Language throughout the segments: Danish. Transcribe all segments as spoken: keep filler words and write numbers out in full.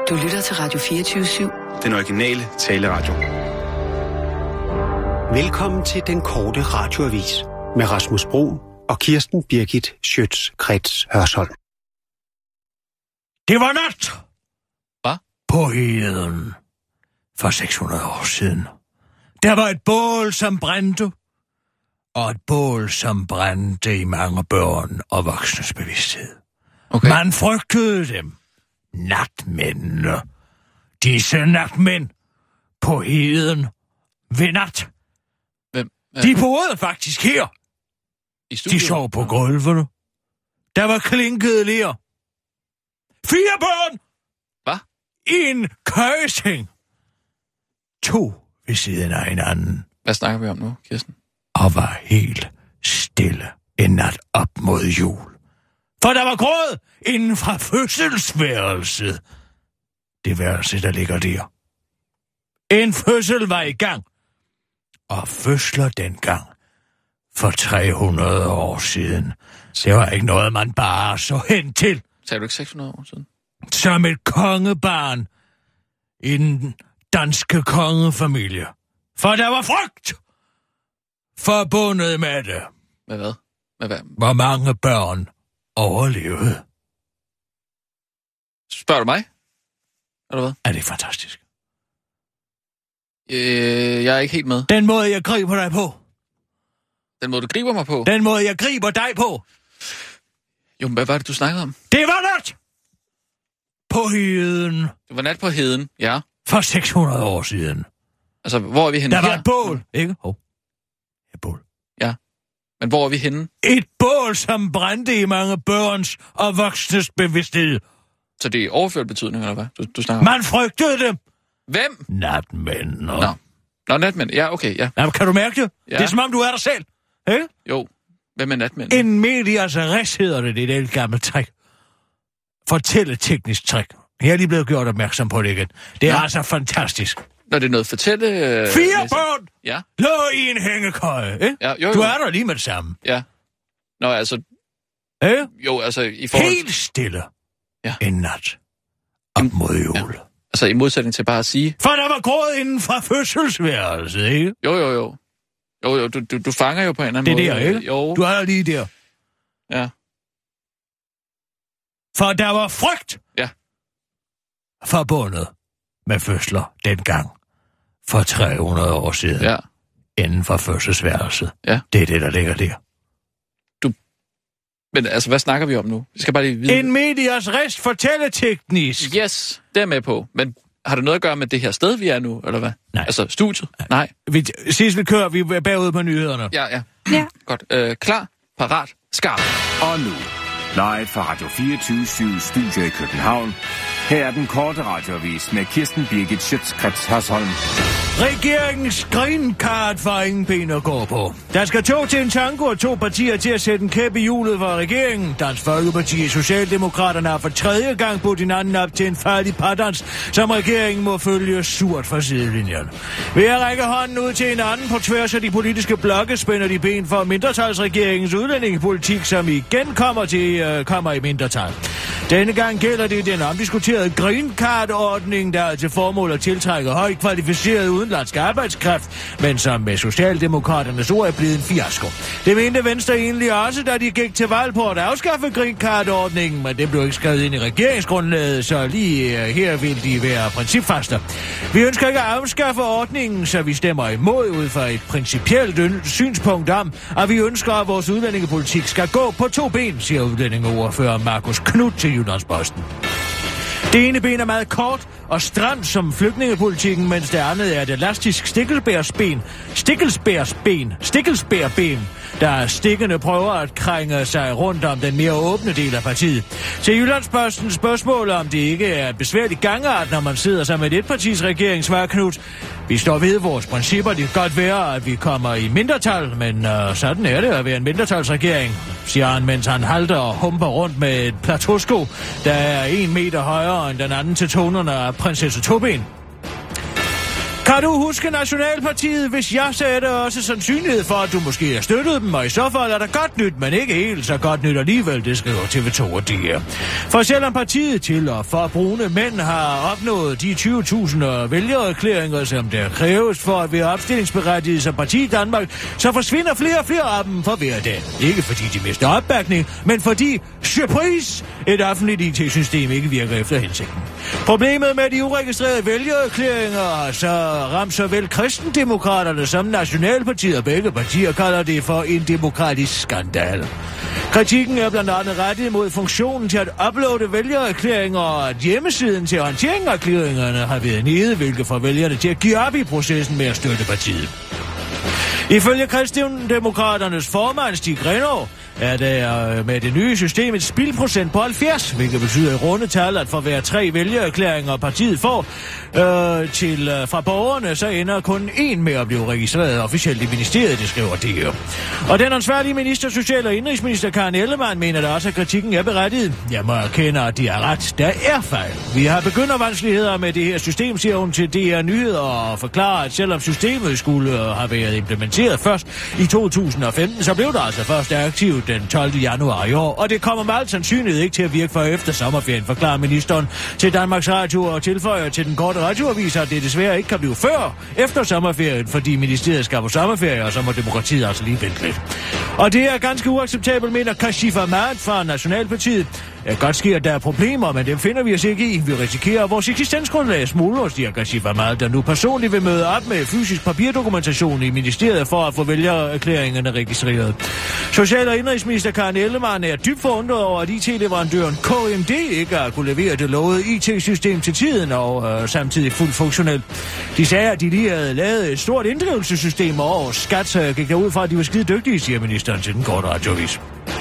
Du lytter til Radio fireogtyve syv. Den originale taleradio. Velkommen til den korte radioavis med Rasmus Bruun og Kirsten Birgit Schøtz-Krets Hørsholm. Det var nat! Hvad? På heden for seks hundrede år siden. Der var et bål, som brændte, og et bål, som brændte i mange børn og voksnes bevidsthed. Okay. Man frygtede dem. Natmændene. Disse natmænd på heden ved nat. Hvem? De boede faktisk her. I studiet? De sov på gulvene. Der var klinkede ler. Fire børn! Hvad? I en køjeseng. To ved siden af hinanden. Hvad snakker vi om nu, Kirsten? Og var helt stille en nat op mod jul. For der var gråd inden fra fødselsværelset. Det værelse, der ligger der. En fødsel var i gang. Og fødsler dengang. For tre hundrede år siden. Det var ikke noget, man bare så hen til. Sagde du ikke seks hundrede år siden? Som et kongebarn i den danske kongefamilie. For der var frygt forbundet med det. Med hvad? Med hvad? Hvor mange børn overlevede. Spørger du mig? Eller hvad? Er det fantastisk? Øh, jeg er ikke helt med. Den måde, jeg griber dig på. Den måde, du griber mig på? Den måde, jeg griber dig på. Jo, men hvad var det, du snakkede om? Det var nat! På heden. Det var nat på heden, ja. For seks hundrede år siden. Altså, hvor er vi henne Der her? var et bål, ikke? Hov. Oh. Et bål. Ja. Men hvor er vi henne? Et bål, som brændte i mange børns og voksnes bevidsthed. Så det er overført betydning, eller hvad? Du, du snakker om? Man frygtede dem. Hvem? Natmænd. Nå. Nå, natmænd. Ja, okay, ja. Jamen, kan du mærke det? Ja. Det er som om, du er der selv. Ikke? Jo. Hvem er natmænd? En medias res hedder det, det er et helt gammelt trick. Fortælleteknisk trick. Jeg er lige blevet gjort opmærksom på det igen. Det er Nå. altså fantastisk. Når det er noget fortælle... Øh, Fire læse. børn Ja. lå i en hængekøje, ikke? Ja, jo, jo. Du er der lige med det samme. Ja. Nå, altså... Ikke? Jo, altså i forhold Helt stille. Ja. En nat. Op mod jul. Ja. Altså i modsætning til bare at sige... For der var gråd inden fra fødselsværelset, ikke? Jo, jo, jo. Jo, jo, du, du, du fanger jo på en eller anden Det er måde. der, ikke? Jo. Du er der lige der. Ja. For der var frygt. Ja. Forbundet med fødsler dengang. For tre hundrede år siden. Ja. Inden for fødselsværelset. Ja. Det er det, der ligger der. Du... Men altså, hvad snakker vi om nu? Vi skal bare lige vide... En medias rest fortælleteknisk. Yes, det er med på. Men har det noget at gøre med det her sted, vi er nu, eller hvad? Nej. Altså, studiet? Nej. Vi, sidst vi kører, vi er bagud på nyhederne. Ja, ja. Ja. Godt. Øh, klar, parat, skarp. Og nu, live fra Radio fireogtyve syv Studio i København. Her er den korte radioavis med Kirsten Birgit Schøtz-Krets Hørsholm. Regeringens green card for ingen ben at gå på. Der skal to til en tango og to partier til at sætte en kæp i hjulet for regeringen. Dansk Folkeparti og Socialdemokraterne har for tredje gang budt hinanden op til en færdig pardans, som regeringen må følge surt fra sidelinjen. Ved at række hånden ud til hinanden på tværs af de politiske blokke, spænder de ben for mindretalsregeringens udlændingepolitik, som igen kommer, til, øh, kommer i mindretal. Denne gang gælder det den omdiskuterede green card-ordning, der er til formål at tiltrække højt kvalificeret udenlandsk arbejdskraft, men som med Socialdemokraternes ord er blevet en fiasko. Det mente Venstre egentlig også, da de gik til valg på at afskaffe green card-ordningen, men det blev ikke skrevet ind i regeringsgrundlaget, så lige her vil de være principfaster. Vi ønsker ikke at afskaffe ordningen, så vi stemmer imod ud fra et principielt synspunkt om, at vi ønsker, at vores udlændingepolitik skal gå på to ben, siger udlændingeordfører Markus Knudt til Jyllands-Posten. Det ene ben er meget kort og stramt som flygtningepolitikken, mens det andet er et elastisk stikkelsbærsben. Stikkelsbærsben. Stikkelsbærben, der stikkende prøver at krænge sig rundt om den mere åbne del af partiet. Til Jyllands-Posten spørgsmål om det ikke er et besværligt gangart, når man sidder sammen med et partis regering, svarer Knudt. Vi står ved vores principper. Det kan godt være, at vi kommer i mindretal, men uh, sådan er det at være en mindretalsregering, siger han, mens han halter og humper rundt med et plateausko, der er en meter højere end den anden til tonerne af prinsesse Toben. Kan du huske Nationalpartiet, hvis jeg sagde det også sandsynlighed for, at du måske har støttet dem, og i så fald er der godt nyt, men ikke helt så godt nyt alligevel, det skriver T V to og D R. For selvom partiet til og for brune mænd har opnået de tyve tusind vælgererklæringer, som der kræves for at være opstillingsberettiget som parti i Danmark, så forsvinder flere og flere af dem for hver dag. Ikke fordi de mister opbakning, men fordi, surprise, et offentligt I T-system ikke virker efter hensigten. Problemet med de uregistrerede vælgererklæringer har så ramt såvel kristendemokraterne som Nationalpartiet, og begge partier kalder det for en demokratisk skandal. Kritikken er blandt andet rettet mod funktionen til at uploade vælgererklæringer, og at hjemmesiden til håndtering af erklæringerne har været nede, hvilket får vælgerne til at give op i processen med at støtte partiet. Ifølge kristendemokraternes formand Stig Grenaa er der med det nye system et spildprocent på halvfjerds, hvilket betyder i runde tal, at for hver tre vælgererklæringer partiet får øh, til, øh, fra borgerne, så ender kun én med at blive registreret officielt i ministeriet, det skriver D R. Og den ansvarlige minister, social- og indrigsminister Karen Ellemann, mener da også, at kritikken er berettiget. Jeg må erkende, at de er ret. Der er fejl. Vi har begyndervanskeligheder med det her system, siger hun til D R Nyheder, og forklarer, at selvom systemet skulle have været implementeret først i to tusind og femten, så blev det altså først aktivt den tolvte januar i år, og det kommer med al sandsynlighed ikke til at virke for efter sommerferien, forklarer ministeren til Danmarks Radio og tilføjer til den korte radioavis, at det desværre ikke kan blive før efter sommerferien, fordi ministeriet skal på sommerferie, og så må demokratiet altså lige vente lidt. Og det er ganske uacceptabelt, mener Kashif Ahmad fra Nationalpartiet. Det kan godt ske, at der er problemer, men dem finder vi os ikke i. Vi risikerer, at vores eksistensgrundlag smuldrer, siger Kashif Ahmad, der nu personligt vil møde op med fysisk papirdokumentation i ministeriet for at få vælgererklæringerne registreret. Social- og indrigsminister Karen Ellemann er dybt forundret over, at I T-leverandøren K M D ikke har kunne levere det lovede I T-system til tiden og øh, samtidig fuldt funktionelt. De sagde, at de lige havde lavet et stort inddrivelsessystem over skat, så gik derud fra, at de var skide dygtige, siger ministeren til den korte radioavis.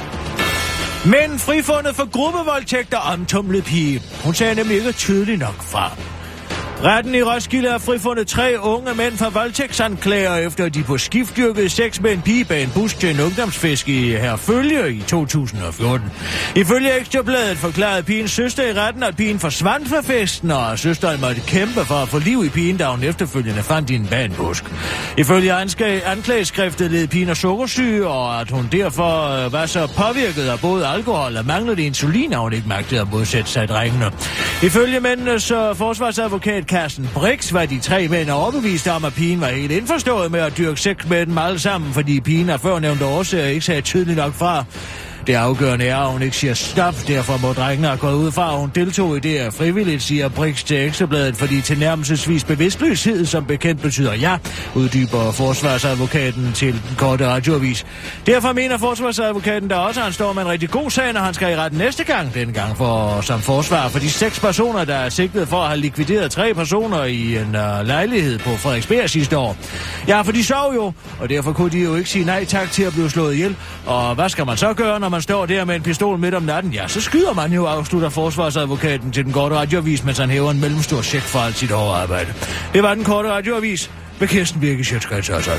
Men frifundet for gruppevoldtægter omtumlet pige. Hun sagde nemlig ikke tydeligt nok fra. Retten i Roskilde har frifundet tre unge mænd for voldtægtsanklager, efter de på skift dyrkede sex med en pige bag en bus til en ungdomsfisk i Herfølge i to tusind og fjorten. Ifølge Ekstrabladet forklarede pigens søster i retten, at pigen forsvandt fra festen, og søsteren måtte kæmpe for at få liv i pigen, da hun efterfølgende fandt i en bag en busk. Ifølge anklageskriftet led pigen af sukkersyge, og at hun derfor var så påvirket af både alkohol og manglede insulin, og hun ikke magtede at modsætte sig drengene. Ifølge mændenes forsvarsadvokat Carsten Brix var de tre mænd overbevist om, at pigen var helt indforstået med at dyrke sex med dem alle sammen, fordi pigen af førnævnte årsager ikke sagde tydeligt nok fra. Det afgørende er, at hun ikke siger stop, derfor må drengene have gået ud fra, at hun deltog i det her frivilligt, siger Brix til Ekstrabladet, fordi tilnærmelsesvis bevidstløshed som bekendt betyder ja, uddyber forsvarsadvokaten til den korte radioavis. Derfor mener forsvarsadvokaten der også, at han står med en rigtig god sag, når han skal i retten næste gang, denne gang for, som forsvar for de seks personer, der er sigtet for at have likvideret tre personer i en uh, lejlighed på Frederiksberg sidste år. Ja, for de sov jo, og derfor kunne de jo ikke sige nej tak til at blive slået ihjel. Og hvad skal man så gøre, når man står der med en pistol midt om natten? Ja, så skyder man jo, afslutter forsvarsadvokaten til den korte radioavis, mens han hæver en mellemstor check for alt sit overarbejde. Det var den korte radioavis med Kirsten Birgit Schøtz-Krets Hørsholm.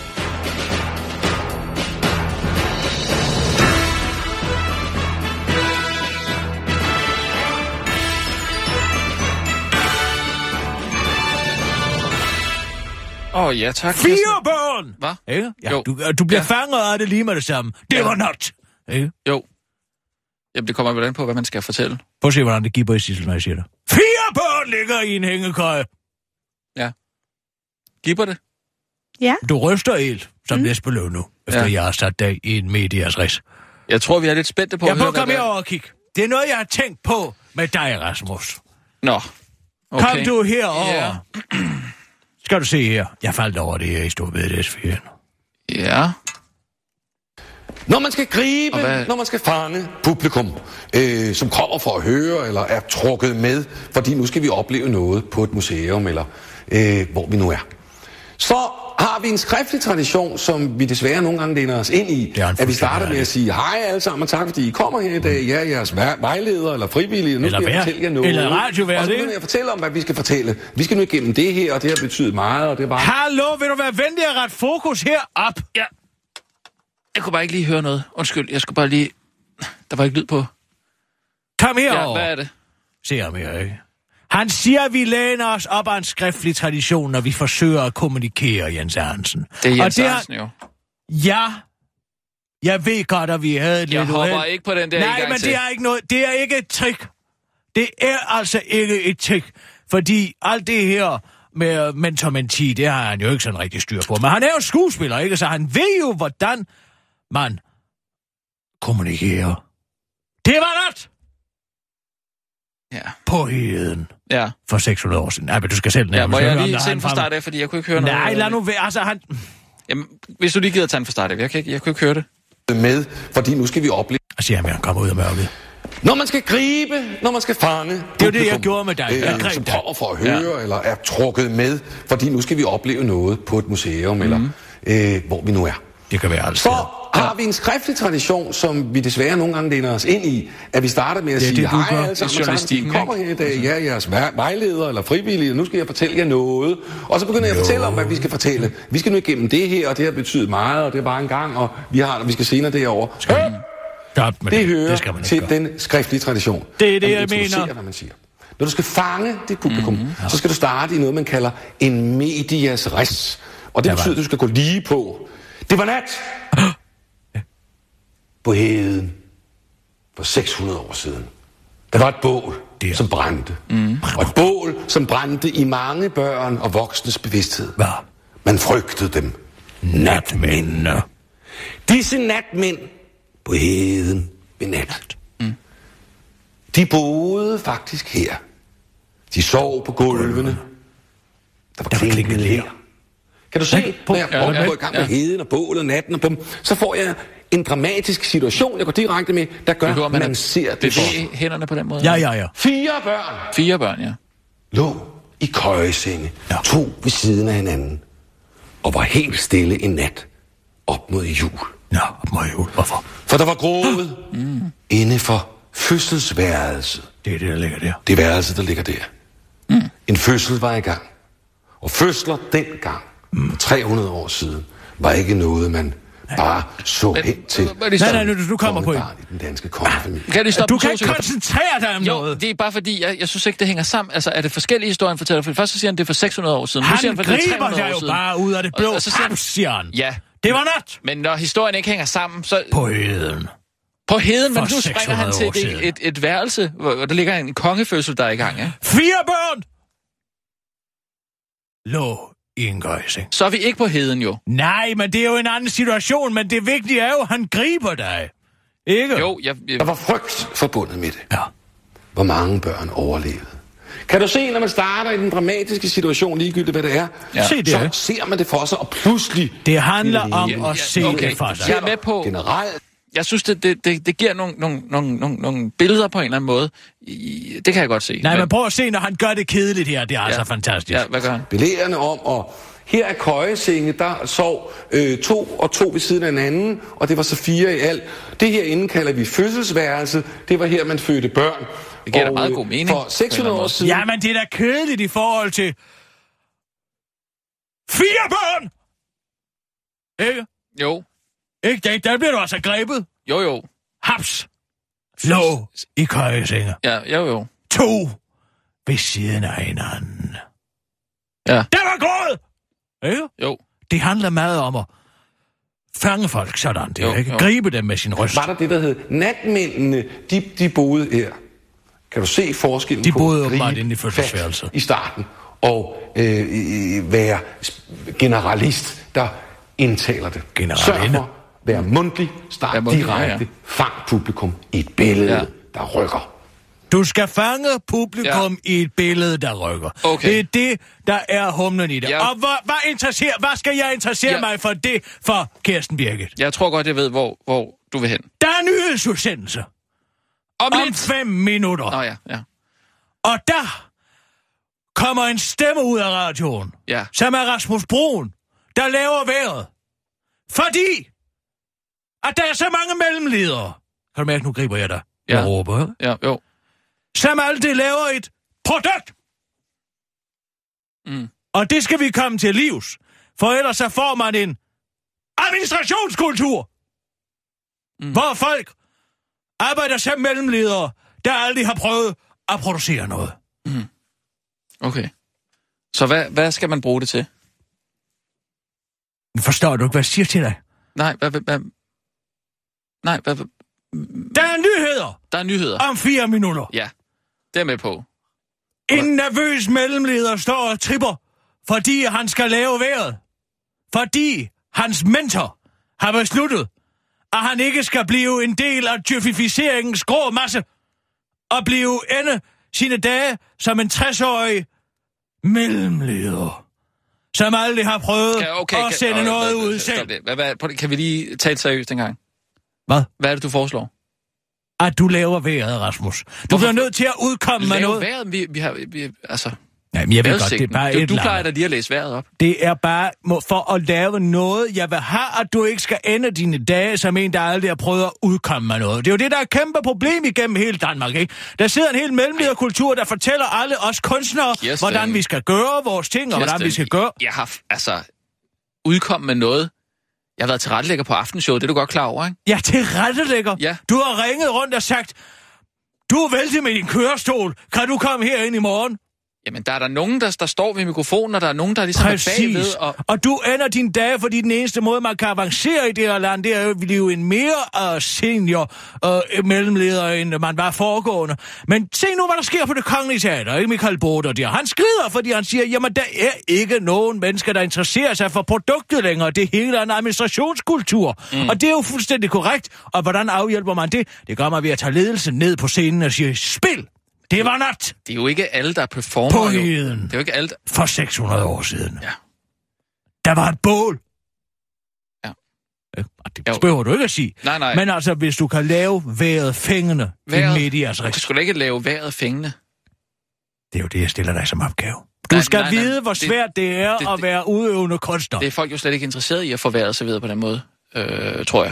Åh, oh, ja, tak. Fire børn! Hvad? Ikke? Ja, du, du bliver ja. fanget af det lige med det samme. Det ja. var not! Ikke? Jo. Jamen, det kommer jo an på, hvad man skal fortælle. Prøv at se, hvordan det giver i Sissel, når jeg siger det. Fire børn ligger i en hængekøje. Ja. Giver det? Ja. Du ryster helt, som mm. Esbeløv nu, efter ja. jeg har sat dig i en medias ris. Jeg tror, vi er lidt spændte på jeg at høre, hvad der... Jeg prøver og kigge. Det er noget, jeg har tænkt på med dig, Rasmus. Nå, okay. Kom du herover. Ja. Skal du se her. Jeg faldt over det her i Storbededagsferien. Ja. Når man skal gribe, når man skal fange publikum, øh, som kommer for at høre, eller er trukket med, fordi nu skal vi opleve noget på et museum, eller øh, hvor vi nu er, så har vi en skriftlig tradition, som vi desværre nogle gange læner os ind i, at vi starter med at sige, hej alle sammen, tak fordi I kommer her i dag, ja, jeres vejledere eller frivillige, nu eller skal jeg fortælle jer noget. Eller radiovært, og så vil jeg fortælle om, hvad vi skal fortælle. Vi skal nu igennem det her, og det har betydet meget, og det er bare... Hallo, vil du være venlig at rette fokus her op? Ja. Jeg kunne bare ikke lige høre noget. Undskyld, jeg skulle bare lige... Der var ikke lyd på. Kom herover. Ja, hvad er det? Se ham her, ikke? Han siger, at vi læner os op af en skriftlig tradition, når vi forsøger at kommunikere, Jens Hansen. Det er Jens det Hansen jo. Ja, jeg ved godt, at vi havde lidt Jeg hopper uheld. ikke på den der Nej, en gang men til. det er ikke noget. Det er ikke et trick. Det er altså ikke et trick. Fordi alt det her med mentormenti, det har han jo ikke sådan rigtig styr på. Men han er jo skuespiller, ikke? Så han ved jo, hvordan man kommunikerer. Det var ret! Ja. På heden. Ja. For seks hundrede år siden. Nej, men du skal selv Ja, må jeg høre, lige om se han den fra frem- start af, fordi jeg kunne ikke høre noget. Nej, lad nu være. Altså, han... Jamen, hvis du lige gider tage den fra start af, jeg, kan ikke, jeg kunne ikke høre det. Med, fordi nu skal vi opleve... Og siger han, at han kommer ud af mørket. Når man skal gribe, når man skal fange... Det er jo det, jeg gjorde med dig. Jeg Øh, greb som dig. kommer for at høre, ja. Eller er trukket med, fordi nu skal vi opleve noget på et museum, mm. eller øh, hvor vi nu er. Det kan være alt Så steder. har vi en skriftlig tradition, som vi desværre nogle gange læner os ind i, at vi starter med at Det er sige, det, du hej gør. alle sammen, Det er sammen, I kommer her i dag, ja, jeres vej- vejleder eller frivillige, og nu skal jeg fortælle jer noget. Og så begynder jeg at fortælle om, hvad vi skal fortælle. Vi skal nu igennem det her, og det har betydet meget, og det er bare en gang, og vi har, vi skal senere derover. Hør! Stop med Det det. hører Det skal man ikke til gøre. den skriftlige tradition. Det er det, at man jeg introducerer, mener. hvad man siger. Når du skal fange dit publikum, mm-hmm. så skal du starte i noget, man kalder en medias res. Og det Ja, betyder, at du skal gå lige på. Det var nat på heden for seks hundrede år siden. Der var et bål, Der. som brændte. Mm. Og et bål, som brændte i mange børn og voksnes bevidsthed. Hvad? Man frygtede dem. Natmændene. Disse natmænd på heden ved nat. Mm. De boede faktisk her. De sov på gulvene. Der var klinket her. Kan du se, når jeg Ja, ja, går i gang med ja. heden og bålet, natten og bum, så får jeg en dramatisk situation, jeg går direkte med, der gør, Behøver at man man at ser det for. bevæge hænderne på den måde? Ja, ja, ja. Fire børn Fire børn, ja. lå i køjesenge, Ja. to ved siden af hinanden, og var helt stille en nat op mod jul. Nå, må jeg jo. Hvorfor? For der var groet mm. inde for fødselsværelset. Det er det, der ligger der. Det værelse, der ligger der. Mm. En fødsel var i gang. Og fødsler dengang, mm. for tre hundrede år siden, var ikke noget, man bare så Men- hen til. men- men- Nej, nej, nu- du kommer på en. kongebarn i den danske kongefamilie. Kan jeg lige stoppe Du med kan to ikke sekunder? koncentrere dig om Jo, noget. det er bare fordi, jeg, jeg synes ikke, det hænger sammen. Altså, er det forskellige historier, han fortæller? For først så siger han, det er for seks hundrede år siden. Nu siger Han han, for det er tre griber hundrede dig år jo siden. bare ud af det blå. Og- og så siger han- Haps, siger han. Ja, Det var nat. men når historien ikke hænger sammen, så... På heden. På heden, men For nu springer han seks hundrede til år et, siden. et, et værelse, hvor, hvor der ligger en kongefødsel, der er i gang, ja? Fire børn lå i en gøjsing. Så er vi ikke på heden, jo. Nej, men det er jo en anden situation, men det vigtige er jo, at han griber dig. Ikke? Jo, jeg... jeg Der var frygt forbundet med det. Ja. Hvor mange børn overlevede. Kan du se, når man starter i den dramatiske situation, ligegyldigt hvad det er, Ja. Se det, så ja. ser man det for sig, og pludselig Det handler om Ja, at ja, se okay. det for sig. Jeg er med på... generelt. Jeg synes, det, det, det, det giver nogle, nogle, nogle, nogle, nogle billeder på en eller anden måde. I, det kan jeg godt se. Nej, men prøv at se, når han gør det kedeligt her. Det er ja. altså fantastisk. Ja, hvad gør han? Belærende om, og her er køjesenge, der sov øh, to og to ved siden af hinanden, og det var så fire i alt. Det herinde kalder vi fødselsværelse. Det var her, man fødte børn. Det giver da Og, meget øh, god mening, For på en seks eller anden hundrede år måde. siden... Ja, men det er da kedeligt i forhold til... Fire børn! Ikke? Jo, Ikke? Der, der bliver du altså grebet. jo, jo. Haps! Lå i køjesenge. Ja, jo, jo. To ved siden af hinanden. Ja. Der var gråd! Ikke? Jo. Det handler meget om at fange folk sådan, det Jo, er ikke? jo. Gribe dem med sin røst. Var der det, der hed natmændene, de, de boede her. Kan du se forskellen De på boede at åbenbart gribe inde i fat fødselsværelset. i starten, og øh, øh, være generalist, der indtaler det. Generalinde. Sørg for, være mundtlig, start Ja, mundtlig, direkte, ja, ja. fang publikum i et billede, Ja. ja. der rykker. Du skal fange publikum ja. i et billede, der rykker. Okay. Det er det, der er humlen i det. Ja. Og hvad, hvad, interesserer, hvad skal jeg interessere Ja. ja. mig for det for Kirsten Birgit? Jeg tror godt, jeg ved, hvor, hvor du vil hen. Der er nyhedsudsendelse Om om lidt! fem minutter. Nå ja, ja. Og der kommer en stemme ud af radioen, Ja. som er Rasmus Broen, der laver vejret. Fordi, at der er så mange mellemledere. Kan du mærke, nu griber jeg dig. Ja. Jeg råber, ikke? Ja, jo. Som altid laver et produkt. Mm. Og det skal vi komme til livs. For ellers så får man en administrationskultur. Mm. Hvor folk arbejder som mellemledere, der aldrig har prøvet at producere noget. Mm. Okay. Så hvad, hvad skal man bruge det til? Forstår du ikke, hvad jeg siger til dig? Nej, hvad... hvad, hvad nej, hvad, hvad... Der er nyheder! Der er nyheder. Om fire minutter. Ja, det er med på. En nervøs mellemleder står og tripper, fordi han skal lave vejret. Fordi hans mentor har besluttet, at han ikke skal blive en del af djøfificeringens grå masse og blive ende sine dage som en tres-årig mellemleder, som aldrig har prøvet okay, okay, at sende okay, noget okay, ud selv. Hvad, hvad, kan vi lige tage det seriøst en gang? Hvad? Hvad er det, du foreslår? At du laver vejret, Rasmus. Du Hvorfor? bliver nødt til at udkomme med noget. Vejret, vi, vi har... Vi, altså... Nej, men jeg ved godt, det er bare du, et du plejer da lige at læse vejret op. Det er bare for at lave noget. Jeg vil have, at du ikke skal ende dine dage som en, der aldrig har prøvet at udkomme med noget. Det er jo det, der er et kæmpe problem igennem hele Danmark, ikke? Der sidder en hel mellemlederkultur, der fortæller alle os kunstnere, Kirsten, hvordan vi skal gøre vores ting, Kirsten, og hvordan vi skal gøre. Jeg har altså udkommet med noget. Jeg har været tilrettelægger på Aftenshowet, det er du godt klar over, ikke? Ja, tilrettelægger? Ja. Du har ringet rundt og sagt, du er væltet med din kørestol. Kan du komme herind i morgen? Jamen, der er der nogen, der, der står ved mikrofonen, og der er nogen, der ligesom Præcis. er bagved. Og... og du ender din dag, fordi den eneste måde, man kan avancere i det her land, det er jo at blive en mere uh, senior uh, mellemleder, end man var foregående. Men se nu, hvad der sker på Det Kongelige Teater, ikke Michael Boder der. Han skrider, fordi han siger, jamen, der er ikke nogen mennesker, der interesserer sig for produktet længere. Det hele er en administrationskultur. Mm. Og det er jo fuldstændig korrekt. Og hvordan afhjælper man det? Det gør man ved at tage ledelsen ned på scenen og sige, spil! Det var nat. Det er jo ikke alle, der performer. På heden. Det er jo ikke alle, der... For seks hundrede år siden. Ja. Der var et bål. Ja. Det spørger du ikke at sige. Nej, nej. Men altså, hvis du kan lave vejret fængende vejret... i medias rigt. Du skal ikke lave vejret fængende. Det er jo det, jeg stiller dig som opgave. Du nej, skal nej, nej, vide, hvor svært det, det er det, at være udøvende kunstner. Det er folk jo slet ikke interesseret i at få vejret serveret på den måde, øh, tror jeg.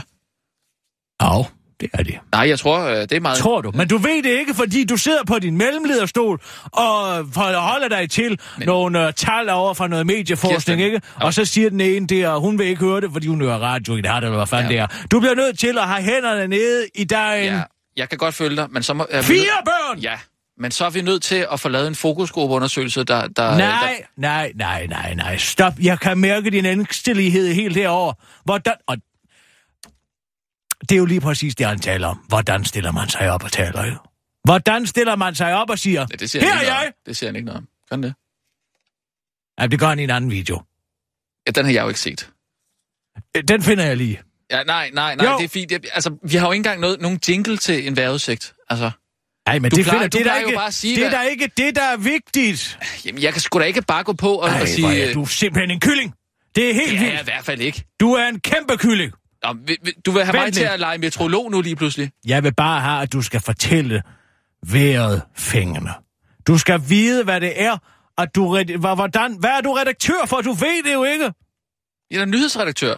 Au. Det er det. Nej, jeg tror, det er meget... Tror du? Men du ved det ikke, fordi du sidder på din mellemlederstol og holder dig til men... nogle uh, tal over fra noget medieforskning, Kirsten. Ikke? Ja. Og så siger den ene der, og hun vil ikke høre det, fordi hun hører radio i det her, eller hvad fanden ja. det er. Du bliver nødt til at have hænderne nede i dagen. Ja, jeg kan godt følge dig, men så må... Fire nød... børn! Ja, men så er vi nødt til at få lavet en fokusgruppeundersøgelse, der... der nej, der... nej, nej, nej, nej. Stop. Jeg kan mærke din ængstelighed helt herover. Hvordan... Og det er jo lige præcis det, han taler om. Hvordan stiller man sig op og taler, jo? Hvordan stiller man sig op og siger, ja, det siger her er jeg! Det siger han ikke noget om. Kan det? Ja, det gør han i en anden video. Ja, den har jeg jo ikke set. Den finder jeg lige. Ja, nej, nej, nej, jo. Det er fint. Altså, vi har jo ikke engang noget, nogen jingle til en vejrudsigt. Altså... Nej, men du det, plejer, finder, det, er ikke, bare sige, det er da ikke det, der er vigtigt. Jamen, jeg kan sgu da ikke bare gå på og, Ej, og sige... Ej, du er simpelthen en kylling. Det er helt vildt. Det er jeg i hvert fald ikke. Du er en kæmpe kylling. Nå, du vil have Vent mig til at lege meteorolog nu lige pludselig? Jeg vil bare have, at du skal fortælle vejret fængende. Du skal vide, hvad det er, at du... Hvordan, hvad er du redaktør for? Du ved det jo ikke. Jeg er nyhedsredaktør.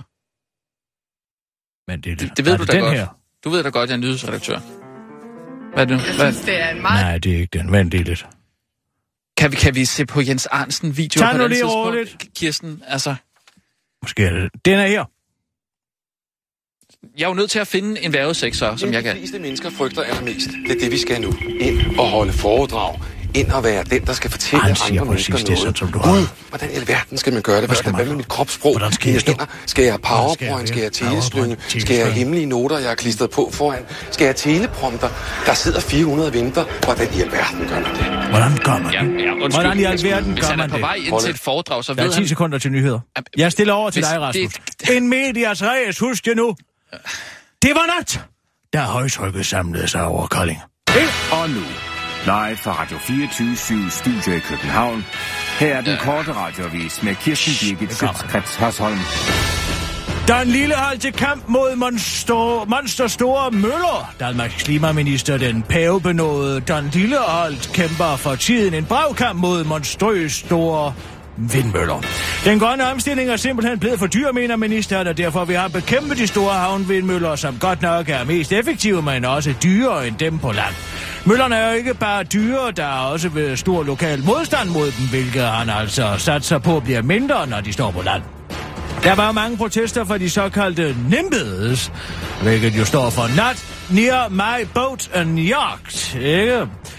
Men det, det, det ved er du det da godt. Her? Du ved da godt, jeg er nyhedsredaktør. Hvad er det? Jeg hvad? synes, det er en meget... Nej, det er ikke den. Vent det lidt. Kan vi, kan vi se på Jens Arnsen video Tag på nu den lige roligt. Kirsten, altså... Måske er det... Den er her. Jeg er jo nødt til at finde en vejrudsigt, så, som jeg kan. De fleste mennesker frygter allermest. Det er det, vi skal nu. Ind og holde foredrag. Ind og være den, der skal fortælle andre mennesker noget. Sådan, som du har. Gud, hvordan i alverden skal man gøre det? Hvad skal hvad med mit kropssprog? Hvordan skal jeg stå? Skal jeg have powerpoint? Skal jeg have teleslynge? Skal jeg have hemmelige noter, jeg har klistret på foran? Skal jeg have teleprompter? Der sidder fire hundrede venter. Hvordan i alverden gør man det? Hvordan gør man det? Ja, ja, hvordan i alverden gør man det? Hvis han er på vej ind til et foredrag, så ved han... Der er ti sekunder til nyheder. Jeg stiller over til dig, Rasmus. En medias res, husk det nu. Det var nat, da højtrykket samlede sig over Kolding. Og nu, live fra Radio fireogtyve syv Studio i København. Her er den korte radioavis med Kirsten Birgit Schøtz-Krets Hørsholm. Der er en lille hold til kamp mod monster, monster store møller. Danmarks klimaminister, den pavebenåede Don Lilleholdt, kæmper for tiden en bragkamp mod monstrøst store vindmøller. Den grønne omstilling er simpelthen blevet for dyr, mener ministeren, og derfor vil han bekæmpe de store havnvindmøller, som godt nok er mest effektive, men også dyrere end dem på land. Møllerne er jo ikke bare dyre, der er også ved stor lokal modstand mod dem, hvilket han altså satser på bliver mindre, når de står på land. Der var mange protester fra de såkaldte NIMBYs, hvilket jo står for Not Near My Boat and Yacht, ikke?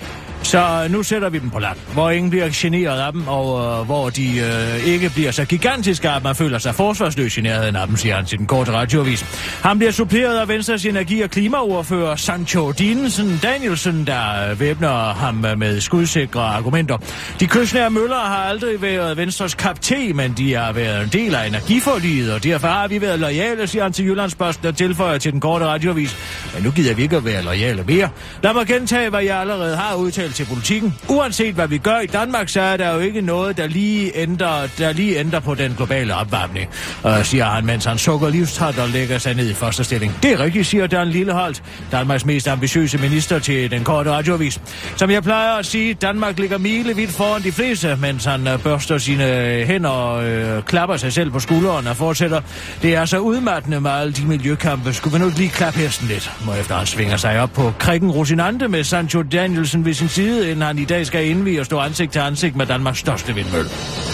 Så nu sætter vi dem på land, hvor ingen bliver generet af dem, og øh, hvor de øh, ikke bliver så gigantiske, at man føler sig forsvarsløs i nærheden af dem, siger han til den korte radioavis. Han bliver suppleret af Venstres energi- og klimaordfører Sancho Dinesen Danielsen, der øh, væbner ham med skudsikre argumenter. De kystnære møller har aldrig været Venstres kap te, men de har været en del af energiforliget, og derfor har vi været loyale, siger han til Jyllandsposten og tilføjer til den korte radioavis. Men nu gider vi ikke at være loyale mere. Lad mig gentage, hvad jeg allerede har udtalt til politikken. Uanset hvad vi gør i Danmark, så er der jo ikke noget, der lige ændrer, der lige ændrer på den globale opvarmning, øh, siger han, mens han sukker livstræt og lægger sig ned i første stilling. Det er rigtigt, siger Dan Lilleholt, Danmarks mest ambitiøse minister, til den korte radioavis. Som jeg plejer at sige, Danmark ligger milevidt foran de fleste, mens han øh, børster sine hænder og øh, klapper sig selv på skulderen og fortsætter. Det er så udmattende med alle de miljøkampe. Skulle vi nu lige klappe hesten lidt? Må efter han svinger sig op på krikken Rosinante med Sancho Danielsen ved sin side, inden han i dag skal indvige og stå ansigt til ansigt med Danmarks største vindmølle.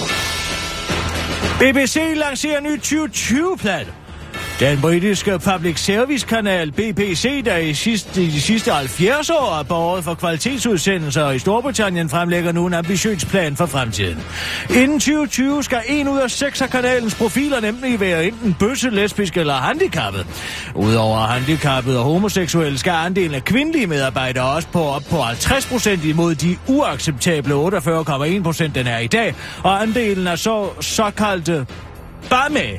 B B C lancerer ny tyve tyve-plan. Den britiske public service-kanal B B C, der i, sidste, i de sidste halvfjerds år er båret for kvalitetsudsendelser i Storbritannien, fremlægger nu en ambitiøs plan for fremtiden. Inden tyve tyve skal en ud af seks af kanalens profiler nemlig være enten bøsse, lesbisk eller handicappet. Udover handicappet og homoseksuelle skal andelen af kvindelige medarbejdere også på op på halvtreds procent imod de uacceptable otteogfyrre komma en procent, den er i dag, og andelen af så såkaldte B A M E,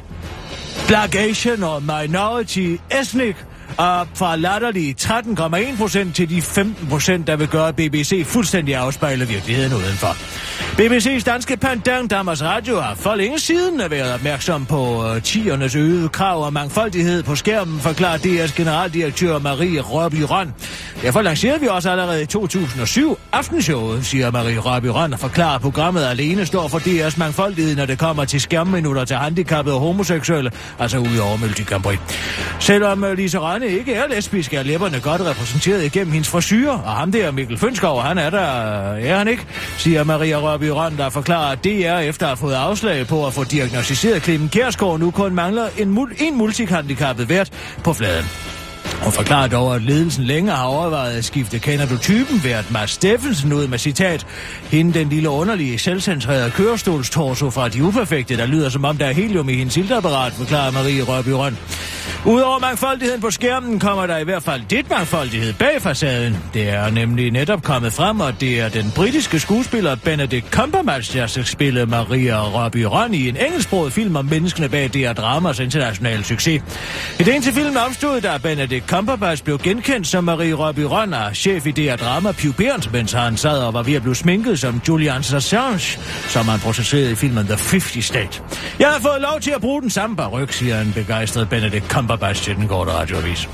Black Asian og Minority Ethnic, er fra latterlige tretten komma en procent til de femten procent, der vil gøre B B C fuldstændig afspejle virkeligheden udenfor. B B C's danske pendant Danmarks Radio har for længe siden været opmærksom på uh, tiernes øgede krav og mangfoldighed på skærmen, forklarer D R's generaldirektør Marie Rørby Røn. Derfor lancerede vi også allerede i to tusind og syv aftenshowet, siger Marie Rørby Røn, og forklarer, at programmet alene står for D R's mangfoldighed, når det kommer til skærmminutter til handicappede og homoseksuelle, altså ud over Melodi Grand Prix. Selvom uh, Lise Rønne ikke er lesbisk, er læberne godt repræsenteret igennem hendes frisyrer, og ham der, Mikkel Fønskov, han er der, er han ikke, siger Maria Rørby Røn, der forklarer, at D R efter at have fået afslag på at få diagnostiseret Clemen Kjærsgaard nu kun mangler en, mul- en multihandicappet vært på fladen. Hun forklarer dog, at ledelsen længe har overvejet at skifte kender du typen vært Mads Steffensen ud med citat: hende den lille underlige, selvcentrerede kørestolstorso fra De Uperfekte, der lyder som om der er helium i hendes iltapparat, forklarer Marie Rørby Røn. Udover mangfoldigheden på skærmen kommer der i hvert fald dit mangfoldighed bag facaden. Det er nemlig netop kommet frem, og det er den britiske skuespiller Benedict Cumberbatch, der skal spille Maria Rørby Røn i en engelsksproget film om menneskene bag D R Dramas internationale succes. Ideen til filmen opstod, da Benedict Cumberbatch blev genkendt som Marie Rørby Røn af chef i D R Drama Pugh Bernt, mens han sad og var ved at blive sminket som Julian Assange, som han processerede i filmen The halvtreds State. Jeg har fået lov til at bruge den samme paryk, siger en begejstret Benedict Cumberbatch til den korte radioavis.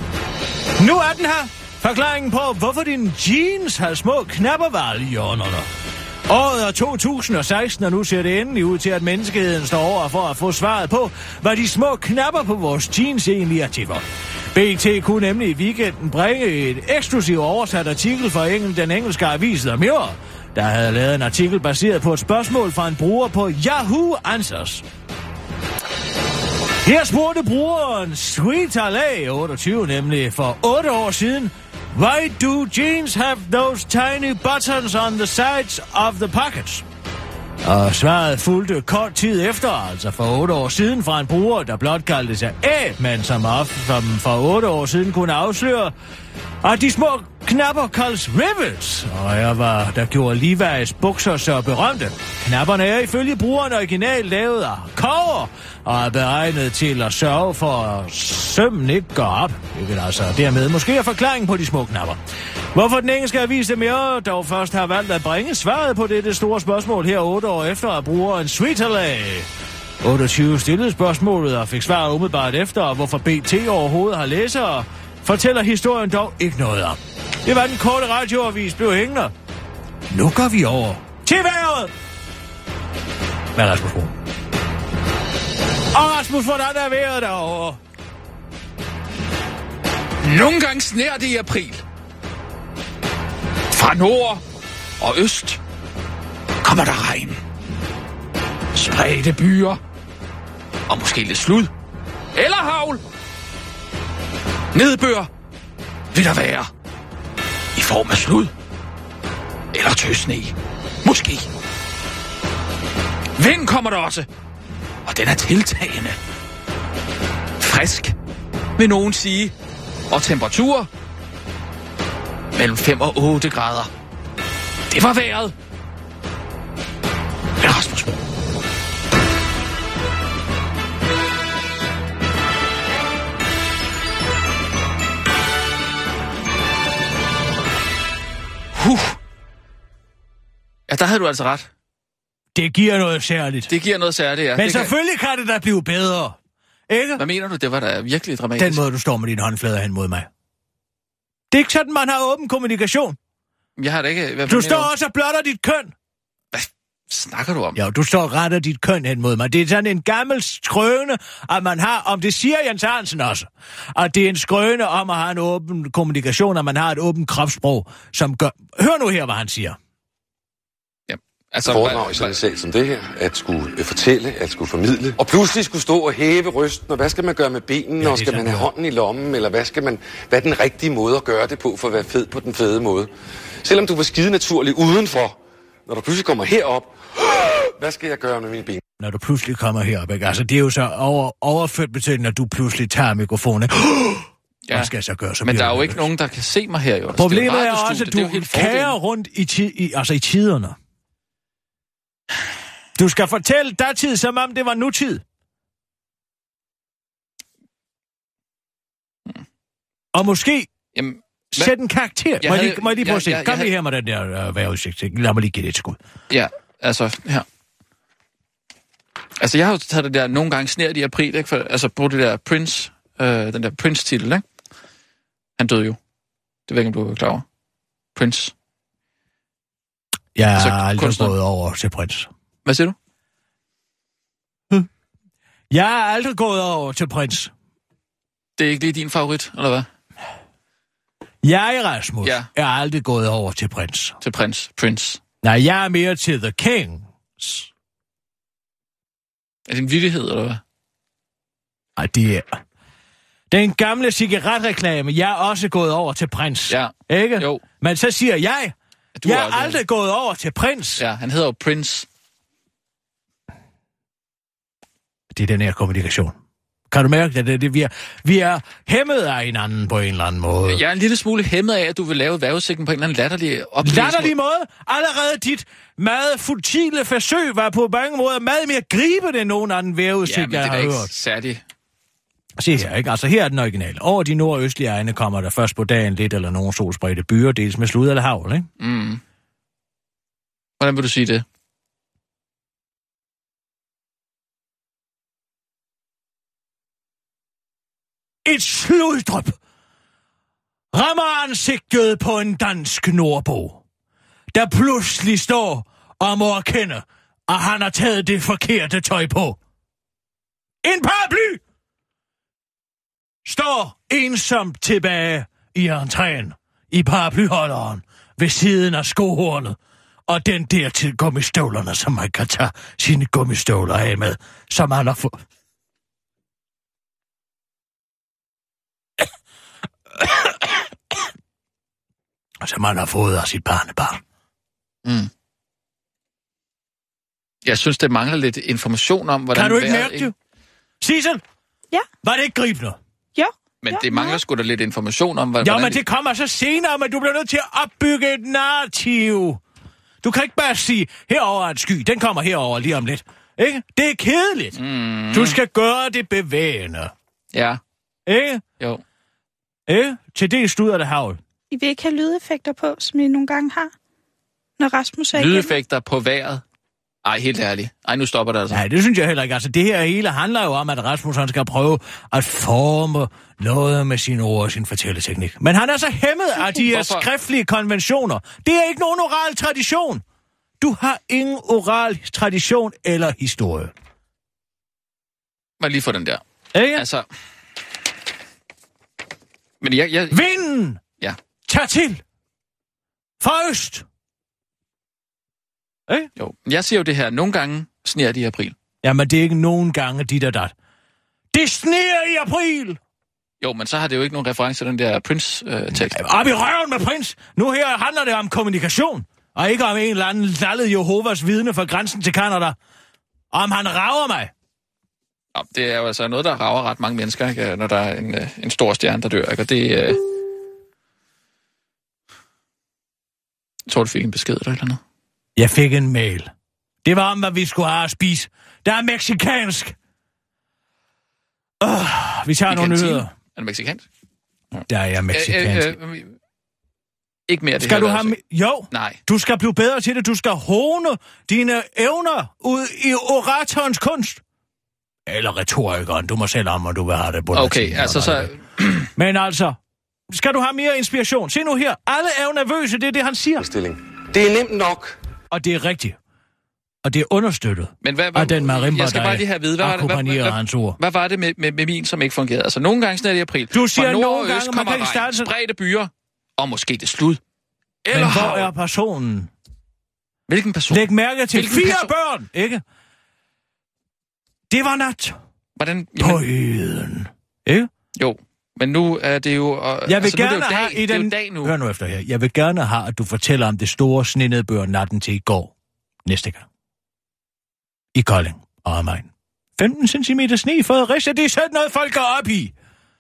Nu er den her. Forklaringen på, hvorfor dine jeans har små knapperval i hjørnerne. Året er to tusind og seksten, og nu ser det endelig ud til, at menneskeheden står over for at få svaret på, hvad de små knapper på vores jeans egentlig er til for. B T kunne nemlig i weekenden bringe et eksklusivt oversat artikel fra engel, den engelske avis The Mirror, der havde lavet en artikel baseret på et spørgsmål fra en bruger på Yahoo Answers. Her spurgte brugeren Sweet Alay otteogtyve nemlig for otte år siden: Why do jeans have those tiny buttons on the sides of the pockets? Og svaret fulgte kort tid efter, altså for otte år siden, fra en bruger, der blot kaldte sig A, men som, som for otte år siden kunne afsløre, at de små knapper kaldes rivets, og jeg var, der gjorde Levi's bukser så berømte. Knapperne er ifølge brugeren originalt lavet af kobber, og er beregnet til at sørge for, at sømmen ikke går op. Hvilket altså dermed måske er forklaringen på de små knapper. Hvorfor den engelske avis mere dog først har valgt at bringe svaret på dette store spørgsmål her otte år efter, at brugeren Sweetalay otteogtyve stillede spørgsmålet og fik svaret umiddelbart efter, og hvorfor B T overhovedet har læsere, fortæller historien dog ikke noget om. Det var den korte radioavis blev hængende. Nu går vi over til vejret. Hvad er Rasmus Brun? Og Rasmus, hvordan er vejret derovre? Nogle gange sner det i april. Fra nord og øst kommer der regn. Spredte byer. Og måske lidt slud. Eller hagl. Nedbør vil der være. I form af slud. Eller tøsne. Måske. Vind kommer der også. Og den er tiltagende. Frisk, vil nogen sige. Og temperatur mellem fem og otte grader. Det var vejret. Men Rasmus Bro. Huh. Ja, der havde du altså ret. Det giver noget særligt. Det giver noget særligt, ja. Men det selvfølgelig kan... kan det da blive bedre. Ikke? Hvad mener du? Det var da virkelig dramatisk. Den måde, du står med dine håndflader hen mod mig. Det er ikke sådan, man har åben kommunikation. Jeg har det ikke... Hvad du står du? Også og blotter dit køn. Hvad snakker du om? Ja, du står og retter dit køn hen mod mig. Det er sådan en gammel skrøne, at man har... Om det siger Jens Hansen også. At det er en skrøne om at have en åben kommunikation, at man har et åbent kropssprog, som gør... Hør nu her, hvad han siger. Altså, foredrag i sådan en sag som det her, at skulle fortælle, at skulle formidle, og pludselig skulle stå og hæve røsten, og hvad skal man gøre med benene, ja, og skal man have hånden i lommen, eller hvad skal man, hvad er den rigtige måde at gøre det på, for at være fed på den fede måde. Selvom du var skide naturlig udenfor, når du pludselig kommer herop, hvad skal jeg gøre med mine ben? Når du pludselig kommer herop, ikke? Altså, det er jo så over, overført betydning, når du pludselig tager mikrofonen. Ja. Hvad skal jeg så gøre? Så men der er jo ikke nogen, der kan se mig her, jo. Problemet er, er også, at du kager rundt i, ti- i, altså i tiderne. Du skal fortælle datid, som om det var nutid. Hmm. Og måske Jamen, sæt en karakter. Må jeg lige, må jeg lige prøve at se? Kom lige her med den der uh, vejrudsigt. Lad mig lige give det et skud. Ja, altså her. Altså jeg har jo taget det der nogle gange snært i april, ikke? For, altså på det der Prince, øh, den der Prince-titel, ikke? Han døde jo. Det ved ikke, om du er klar over. Prince. Jeg altså, har aldrig kunstner. gået over til Prince. Hvad siger du? Hm. Jeg har aldrig gået over til Prince. Det er ikke lige din favorit, eller hvad? Jeg, Rasmus, ja. er aldrig gået over til Prince. Til Prince. Prince. Nej, jeg er mere til The Kings. Er det en vittighed, eller hvad? Nej, det er... Den gamle cigaretreklame, jeg er også gået over til Prince. Ja. Ikke? Jo. Men så siger jeg, du jeg er aldrig, aldrig gået over til Prince. Ja, han hedder jo Prince. Det er den her kommunikation. Kan du mærke det? det, det vi, er, vi er hæmmet af hinanden på en eller anden måde. Jeg er en lille smule hæmmet af, at du vil lave vejrudsigten på en eller anden latterlig oplevelse. Latterlig måde? Allerede dit meget futile forsøg var på mange måder meget mere gribende end nogen anden vejrudsigt, ja, jeg har hørt. Ja, men det er ikke særligt. Se her, ikke? Altså her er den originale. Over de nordøstlige egne kommer der først på dagen lidt eller nogen solspredte byer, dels med slud eller havl, ikke? Mm. Hvordan vil du sige det? Et sluddrøb rammer ansigtet på en dansk nordbo, der pludselig står og må erkende, at han har taget det forkerte tøj på. En paraply står ensomt tilbage i entréen i paraplyholderen ved siden af skohornet, og den der til gummistøvlerne, som man kan tage sine gummistøvler af med, som han har fået. Som man har fået af sit barnebarn. Mm. Jeg synes, det mangler lidt information om, hvordan... Kan du ikke mærke det? Sissel? Ja? Var det ikke gribende? Ja. Men ja, det mangler ja. sgu da lidt information om, hvordan... Ja, men det kommer så senere, men du bliver nødt til at opbygge et narrativ. Du kan ikke bare sige, herover er et sky, den kommer herover lige om lidt. Ikke? Det er kedeligt. Mm. Du skal gøre det bevægende. Ja. Ikke? Jo. Ikke? Til det studer det havl. I vil ikke have lydeffekter på, som I nogle gange har, når Rasmus er lydeffekter igennem. På vejret? Ej, helt ærligt. Ej, nu stopper det altså. Nej, det synes jeg heller ikke. Altså, det her hele handler jo om, at Rasmus han skal prøve at forme noget med sine ord og sin fortælleteknik. Men han er så hæmmet af de her skriftlige konventioner. Det er ikke nogen oral tradition. Du har ingen oral tradition eller historie. Må lige få den der. Ikke? Altså... Men jeg... jeg... Vinden! Ja. Tag til! Fra øst! Ikke? Jo, jeg siger jo det her, nogle gange sneer det i april. Jamen, det er ikke nogen gange dit og dat. Det sneer i april! Jo, men så har det jo ikke nogen reference til den der Prince-tekst. Øh, Op i røven med Prince! Nu her handler det om kommunikation. Og ikke om en eller anden lallet Jehovas vidne fra grænsen til Canada. Om han rager mig. Ja, det er jo altså noget, der rager ret mange mennesker, ikke? Når der er en, en stor stjerne, der dør. Ikke? Og det... Øh... Jeg tror, du fik en besked eller eller andet. Jeg fik en mail. Det var om, hvad vi skulle have at spise. Der er mexicansk. Uh, vi tager nogle nyheder. Er det mexicansk? Ja. Der er mexicansk. Øh, øh, øh, ikke mere det skal her, du have me- Jo, nej. Du skal blive bedre til det. Du skal hone dine evner ud i oratorens kunst. Eller retorikeren. Du må selv om, og du vil have det. Okay, altså så... Men altså, skal du have mere inspiration? Se nu her. Alle er jo nervøse. Det er det, han siger. Det er nemt nok. Og det er rigtigt. Og det er understøttet Men hvad, hvad, af den marimba, jeg skal bare lige have at vide, hvad var, det, hvad, hvad, hans ord. hvad var det med, med, med min, som ikke fungerede? Altså, nogle gange sådan er det i april. Du siger nord nogle og øst gange, man kan ikke starte sådan... spredte byer, og måske det slud. Eller Men hvor hav. er personen? Hvilken person? Læg mærke til Hvilken fire person? børn, ikke? Det var nat. Hvordan? På øden. Ikke? Jo, men nu er det jo... Og, jeg vil altså, gerne nu er det jo have dag, i den... det er jo dag nu. Hør nu efter her. Jeg vil gerne have, at du fortæller om det store snenedbør natten til i går. Næste gang. I Kolding og omegn. femten centimeter sne i Fredericia, det er sådan noget, folk går op i.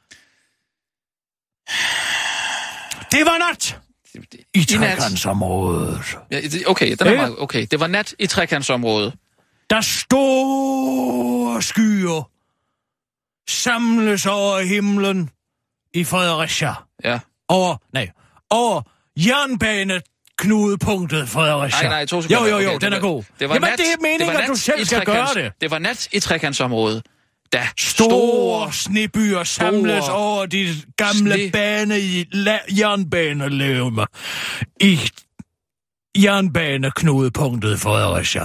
Det var nat. I trekantsområdet. Ja, okay, den er meget, okay, det var nat i trekantsområdet. Der store skyer samles over himlen i Fredericia. Ja. Over, nej, over jernbaneknudepunktet Fredericia. Nej, nej, to sekunder. Jo, jo, jo, okay, den var, er god. Det var Jamen, nat, det er meningen, at du selv skal gøre det. Det var nat i trekantsområdet. Da store, store snebyer samles store over de gamle sne... bane i la- jernbaneløver i jernbaneknudepunktet Fredericia.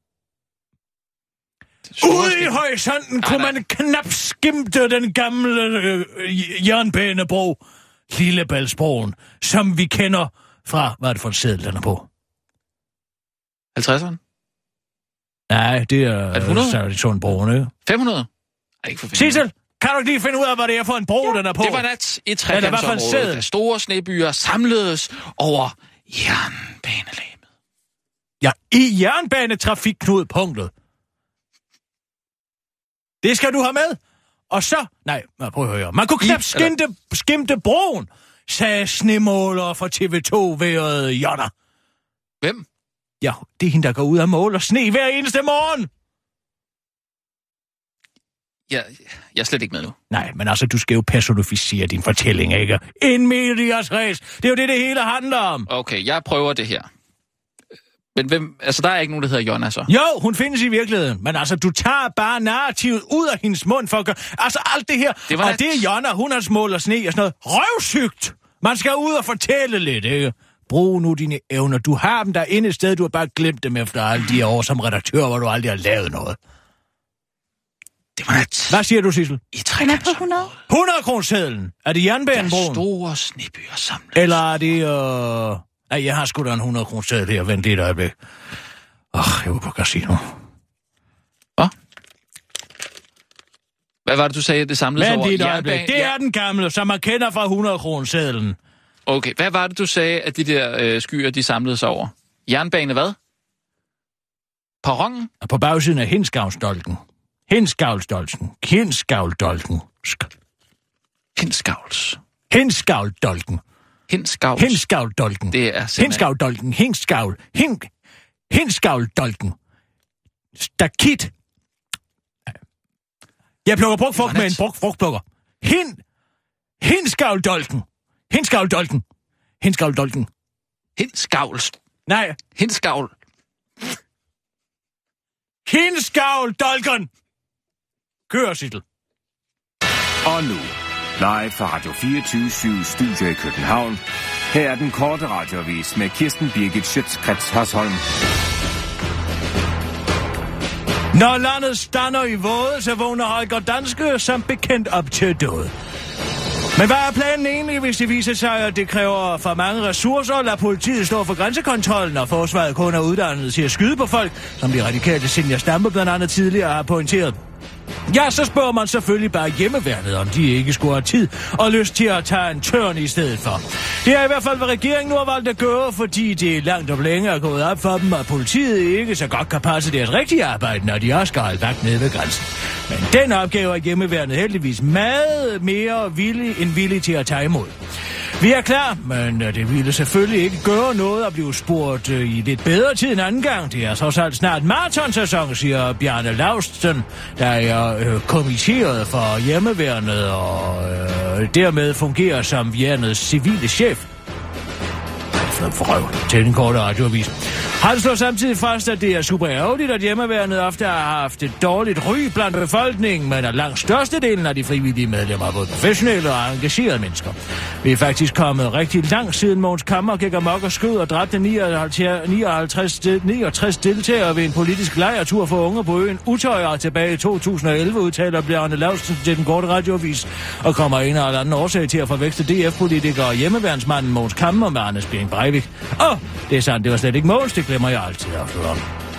Ude i horisonten nej, kunne nej. man knap skimte den gamle øh, jernbanebro, Lillebæltsbroen, som vi kender fra, hvad er det for en seddel, den er på? halvtredserne? Nej, det er... Er det hundrede? Sådan broen, ikke? fem hundrede? Sissel, kan du ikke lige finde ud af, hvad det er for en bro, ja, den er på? Det var nat i trekantsområdet, da store snebyer samledes over jernbanelæmet. Ja, i jernbanetrafikknudepunktet. Det skal du have med. Og så... Nej, prøv at høre. Man kunne knap skimte, skimte broen, sagde snemåler fra T V to-været Jonna. Hvem? Ja, det er hende, der går ud og måler sne hver eneste morgen. Ja, jeg er slet ikke med nu. Nej, men altså, du skal jo personificere din fortælling, ikke? En medias res. Det er jo det, det hele handler om. Okay, jeg prøver det her. Men hvem... Altså, der er ikke nogen, der hedder Jonna, så? Jo, hun findes i virkeligheden. Men altså, du tager bare narrativet ud af hendes mund for at gøre... Altså, alt det her... Det og net... det er Jonna, hun har mål og sne og sådan noget. Røvsygt! Man skal ud og fortælle lidt, ikke? Brug nu dine evner. Du har dem derinde et sted, du har bare glemt dem efter alle de år som redaktør, hvor du aldrig har lavet noget. Det var net. Hvad siger du, Sissel? I trekantsområdet. hundrede? hundrede kronesedlen. Er det jernbanebroen? Der store snebyer samlet. Eller er det... Øh... Nej, jeg har sgu da en hundrede kroneseddel her. Vent lige et øjeblik. Åh, oh, jeg var på casino. Hvad? Hvad var det, du sagde, det samlede sig over jernbanen? Det er den gamle, som man kender fra hundrede kronesedlen. Okay, hvad var det, du sagde, at de der øh, skyer, de samlede sig over? Jernbane hvad? Perronen? På bagsiden af Hinskavlsdolken. Hinskavlsdolken. Hinskavldolken. Hinskavls. Hinskavldolken. Hinskavls. Hinskavldolken. Det er simpelthen... Hinskavldolken. Hinskavl. Hink. Hinskavldolken. Stakit. Jeg plukker brugtfrugt med en brugt frugtplukker. Hin. Hinskavldolken. Hinskavldolken. Hinskavldolken. Hinskavls. Nej. Hinskavl. Hinskavldolken. Kør, Sissel. Og nu, live fra Radio fireogtyve syv Studio i København. Her er den korte radioavis med Kirsten Birgit Schøtz-Krets Hørsholm. Når landet stander i våde, så vågner Holger Danske som bekendt op til død. Men hvad er planen egentlig, hvis det viser sig, at det kræver for mange ressourcer at lade politiet stå for grænsekontrollen, og forsvaret kun er uddannet til at skyde på folk, som de radikale Zenia Stampe blandt andet tidligere har pointeret? Ja, så spørger man selvfølgelig bare hjemmeværnet, om de ikke skulle have tid og lyst til at tage en tørn i stedet for. Det er i hvert fald, hvad regeringen nu har valgt at gøre, fordi det langt om længe er gået op for dem, at politiet ikke så godt kan passe deres rigtige arbejde, når de også skal holde vagt nede ved grænsen. Men den opgave er hjemmeværnet heldigvis meget mere villig end villig til at tage imod. Vi er klar, men det ville selvfølgelig ikke gøre noget at blive spurgt i lidt bedre tid end anden gang. Det er så alt snart maratonsæson, siger Bjarne Laustsen, der er øh, kommitteret for hjemmeværnet og øh, dermed fungerer som værnets civile chef. For røv til den korte radioavis. Han slår samtidig fast, at det er super ærgerligt, at hjemmeværnet ofte har haft et dårligt ry blandt befolkningen, men at langt størstedelen af de frivillige medlemmer er både professionelle og engagerede mennesker. Vi er faktisk kommet rigtig langt siden Mogens Kammer gik amok og skød og dræbte nioghalvtreds, niogtres deltagere ved en politisk lejretur for unge på øen Utøjer tilbage i to tusind og elleve, udtaler Bjarne Laustsen til den korte radioavis, og kommer en eller anden årsag til at forveksle D F-politikere og hjemmeværnsmanden Mogens Kammer med Anders Bjerg Breivik. Åh, det er sandt, det var slet ikke Mogens, det glemmer jeg altid at om.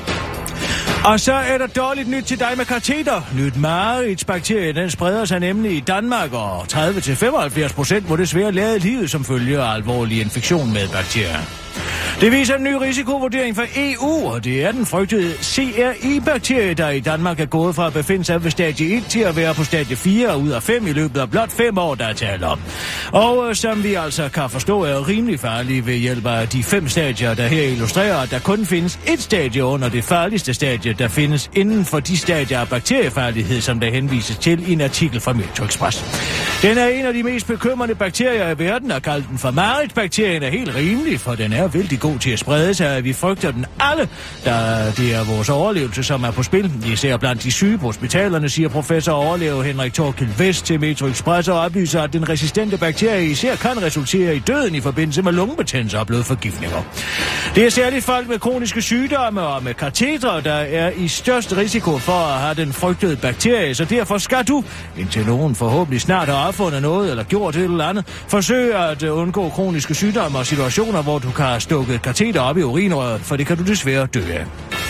Og så er der dårligt nyt til dig med kateter. Nyt mareridsbakterie, den spreder sig nemlig i Danmark, og tredive til femoghalvfjerds procent må desværre lade livet som følge af alvorlig infektion med bakterier. Det viser en ny risikovurdering fra E U, og det er den frygtede C R I-bakterie, der i Danmark er gået fra at befinde sig ved stadie et til at være på stadie fire ud af fem i løbet af blot fem år, der er talt om. Og øh, som vi altså kan forstå, er rimelig farlig ved hjælp af de fem stadier, der her illustrerer, at der kun findes et stadie under det farligste stadie, der findes inden for de stadier af bakteriefarlighed, som der henvises til i en artikel fra Metro Express. Den er en af de mest bekymrende bakterier i verden, og kaldt den for Marit-bakterien er helt rimelig, for den er vældig god til at sprede sig, at vi frygter den alle, da det er vores overlevelse, som er på spil. Især blandt de syge på hospitalerne, siger professor og overlæge Henrik Thorkild Vest til Metro Express og oplyser, at den resistente bakterie især kan resultere i døden i forbindelse med lungebetændelse og blodforgiftninger. Det er særligt folk med kroniske sygdomme og med katetre, der er i størst risiko for at have den frygtede bakterie, så derfor skal du, indtil nogen forhåbentlig snart har opfundet noget eller gjort et eller andet, forsøge at undgå kroniske sygdomme og situationer, hvor du kan stukke et kateter op i urinrøret, for det kan du desværre dø af.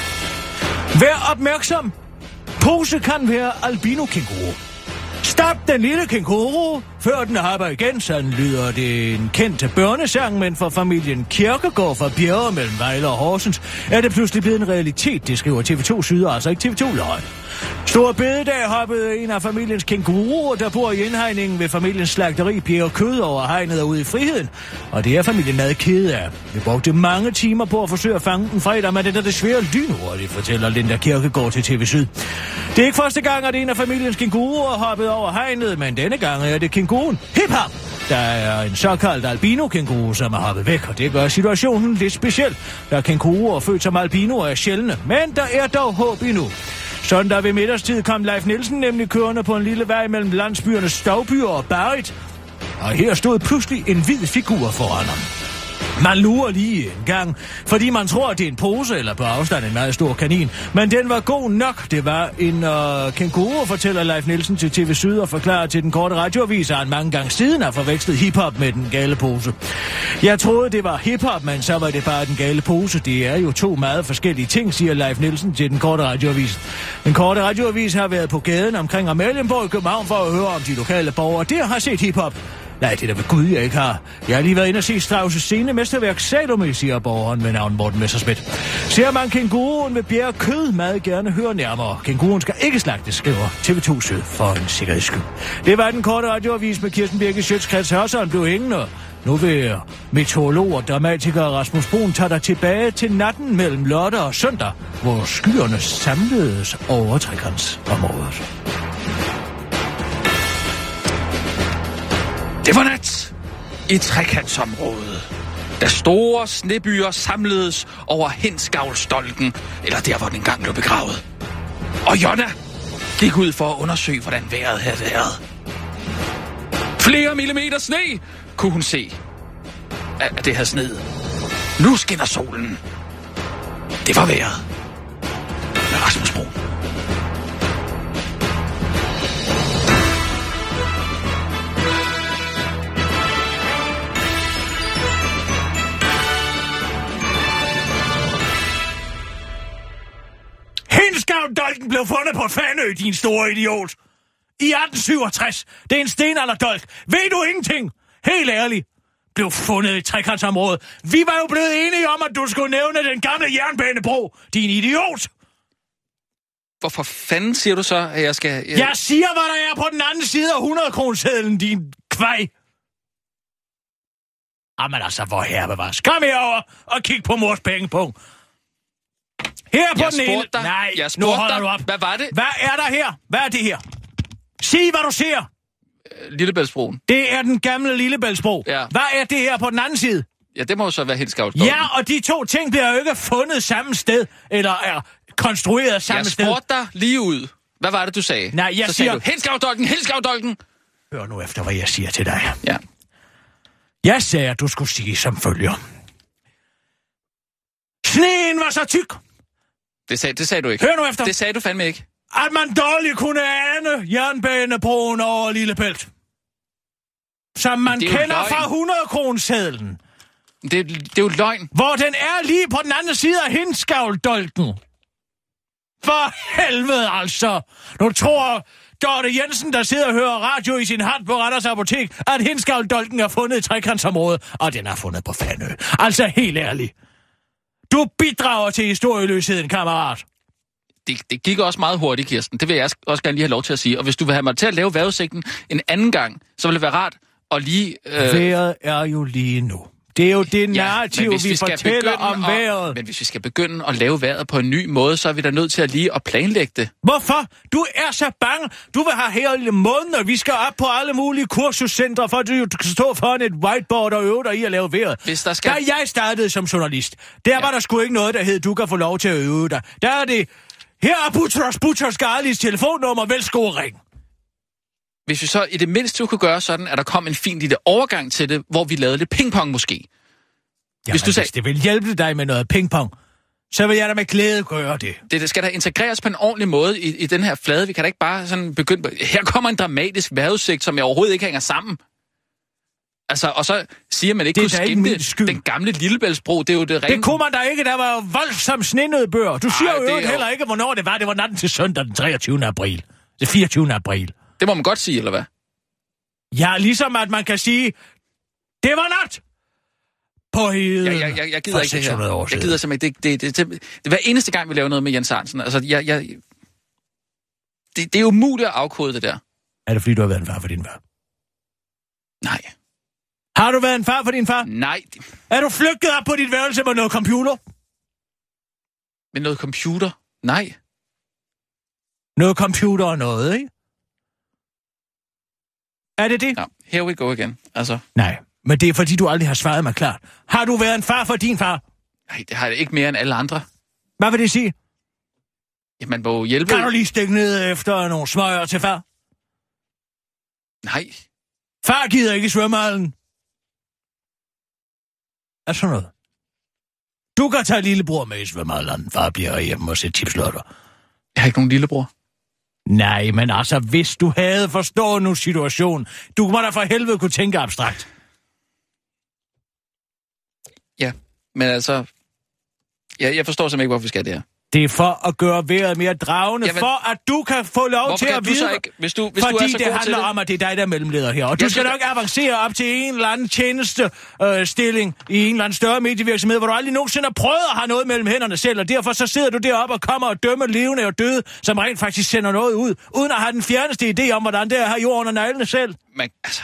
Vær opmærksom! Pose kan være albino-kænguru. Stop den lille kænguru, før den hopper igen, sådan lyder det en kendt børnesang, men for familien Kierkegaard fra Bjerre mellem Vejle og Horsens er det pludselig blevet en realitet, det skriver T V to Syd, altså ikke T V to-løg. Stor bededag hoppede en af familiens kænguruer, der bor i indhegningen ved familiens slagteri Pierre Kød over hegnet og ude i friheden. Og det er familien meget kede af. Vi brugte mange timer på at forsøge at fange den fredag, men det er desværre lynhurtigt, fortæller Linda Kierkegaard til T V Syd. Det er ikke første gang, at en af familiens kænguruer hoppede over hegnet, men denne gang er det kænguruen Hip-Hop. Der er en såkaldt albino-kænguru, som er hoppet væk, og det gør situationen lidt speciel, da kænguruer født som albinoer er sjældne. Men der er dog håb endnu. Søndag ved middagstid kom Leif Nielsen nemlig kørende på en lille vej mellem landsbyernes Stouby og Barrit. Og her stod pludselig en hvid figur foran ham. Man lurer lige en gang, fordi man tror, at det er en pose eller på afstand en meget stor kanin. Men den var god nok. Det var en uh, kænguru, fortæller Leif Nielsen til T V Syd og forklarer til den korte radioavis, at han mange gange siden har forvekslet hiphop med den gale pose. Jeg troede, det var hiphop, men så var det bare den gale pose. Det er jo to meget forskellige ting, siger Leif Nielsen til den korte radioavis. Den korte radioavis har været på gaden omkring Amalienborg i København for at høre, om de lokale borgere der har set hiphop. Nej, det er da ved Gud, jeg ikke har. Jeg har lige været inde og se Strauss' scenemesterværk Salome, siger borgeren med navn Morten Messerschmidt. Ser man kænguruen ved Bjerre Kød meget gerne høre nærmere. Kænguruen skal ikke slagtes, skriver T V to Syd for en sikkerheds skyld. Det var den korte radioavis med Kirsten Birgit Schøtz-Krets Hørsholm blev hængende. Nu vil meteorolog og dramatiker Rasmus Brun tage dig tilbage til natten mellem lørdag og søndag, hvor skyerne samledes over trekantsområdet. Det var nat i trekantsområdet, da store snebyer samledes over Hensgavlstolken, eller der, hvor den engang blev begravet. Og Jonna gik ud for at undersøge, hvordan vejret havde været. Flere millimeter sne kunne hun se, at det havde sneet. Nu skinner solen. Det var vejret med Rasmus Brun. Hindsgavl-dolken blev fundet på Fanø, din store idiot. I atten syvogtres. Det er en stenalderdolk. Ved du ingenting? Helt ærligt. Blev fundet i et trekantsområde. Vi var jo blevet enige om, at du skulle nævne den gamle jernbanebro. Din idiot. Hvorfor fanden siger du så, at jeg skal... Jeg, jeg siger, hvad der er på den anden side af hundrede-kronesedlen, din kvej. Jamen altså, hvor her bevares. Kom herover og kig på mors pengepunkt. Her på jeg den ene... Dig. Nej, jeg nu holder dig. du op. Hvad var det? Hvad er der her? Hvad er det her? Sig, hvad du ser. Lillebæltsbroen. Det er den gamle Lillebæltsbro. Ja. Hvad er det her på den anden side? Ja, det må jo så være Hindsgavl-dolken. Ja, og de to ting bliver jo ikke fundet samme sted, eller er konstrueret samme sted. Jeg spurgte dig lige ud. Hvad var det, du sagde? Nej, jeg så siger... sagde du, Hindsgavl-dolken, Hindsgavl-dolken! Hør nu efter, hvad jeg siger til dig. Ja. Jeg sagde, at du skulle sige som følger. Sneen var så tyk. Det sagde, det sagde du ikke. Hør nu efter. Det sagde du fandme ikke. At man dårligt kunne ane jernbanebroen over Lillebælt. Som man kender løgn. Fra hundrede-kronesedlen. Det, det er jo løgn. Hvor den er lige på den anden side af Hindsgavl-dolken. For helvede altså. Nu tror Dorte Jensen, der sidder og hører radio i sin hand på Randers Apotek, at Hindsgavl-dolken er fundet i trekantsområdet, og den er fundet på Fanø. Altså helt ærligt. Du bidrager til historieløsheden, kammerat. Det, det gik også meget hurtigt, Kirsten. Det vil jeg også gerne lige have lov til at sige. Og hvis du vil have mig til at lave vejrudsigten en anden gang, så vil det være rart at lige... Øh... Vejret er jo lige nu. Det er jo det narrativ, ja, vi, vi fortæller om vejret. At, men hvis vi skal begynde at lave vejret på en ny måde, så er vi da nødt til at lige at planlægge det. Hvorfor? Du er så bange. Du vil have hele måneder. Vi skal op på alle mulige kursuscentre, for at du kan stå foran et whiteboard og øve dig i at lave vejret. Hvis der skal... Da jeg startede som journalist, der ja. var der sgu ikke noget, der hed, du kan få lov til at øve dig. Der er det, her er Butros Butros Garlis telefonnummer, værsgo ring. Hvis vi så i det mindste kunne gøre sådan, at der kom en fin lille overgang til det, hvor vi lavede lidt pingpong måske. Jamen, hvis, du sagde, hvis det vil hjælpe dig med noget pingpong, så vil jeg da med glæde gøre det. Det, det skal da integreres på en ordentlig måde i, i den her flade. Vi kan da ikke bare sådan begynde... Her kommer en dramatisk vejrudsigt, som jeg overhovedet ikke hænger sammen. Altså, og så siger man ikke, det kunne skimte den gamle Lillebæltsbro, det er jo det rene... Det kunne man da ikke, der var jo voldsomt snenødbør. Du siger Ej, jo jo heller ikke, hvornår det var. Det var natten til søndag den treogtyvende april. Det fireogtyvende april. Det må man godt sige, eller hvad? Ja, ligesom at man kan sige, det var nat på heden. Ja, jeg, jeg, jeg gider ikke det her. Jeg gider simpelthen ikke. Det, det, det, det, det er hver eneste gang, vi laver noget med Jens Arnsen. Altså, jeg, jeg, det, det er umuligt at afkode det der. Er det fordi, du har været en far for din far? Nej. Har du været en far for din far? Nej. Er du flygtet op på dit værelse med noget computer? Med noget computer? Nej. Noget computer og noget, ikke? Er det det? Ja, here we go again. Altså. Nej, men det er fordi, du aldrig har svaret mig klart. Har du været en far for din far? Nej, det har jeg ikke mere end alle andre. Hvad vil det sige? Ja, man må hjælpe... Kan du lige stikke ned efter nogle smøger til far? Nej. Far gider ikke i svømmehallen. Er sådan noget? Du kan tage lillebror med i svømmehallen. Far bliver hjemme og se tipslotter. Jeg har ikke nogen lillebror. Nej, men altså, hvis du havde forstået nu situationen, du må da for helvede kunne tænke abstrakt. Ja, men altså, jeg, jeg forstår simpelthen ikke, hvorfor vi skal det her. Det er for at gøre vejret mere dragende, Jamen, for at du kan få lov hvorfor til at vide, ikke, hvis du, hvis fordi du er så det handler det? om, at det er dig, der er mellemleder her. Og du skal nok avancere op til en eller anden tjenestestilling øh, i en eller anden større medievirksomhed, hvor du aldrig nogensinde har prøvet at have noget mellem hænderne selv, og derfor så sidder du deroppe og kommer og dømmer levende og døde, som rent faktisk sender noget ud, uden at have den fjerneste idé om, hvordan det er at have jorden og neglene selv. Men altså...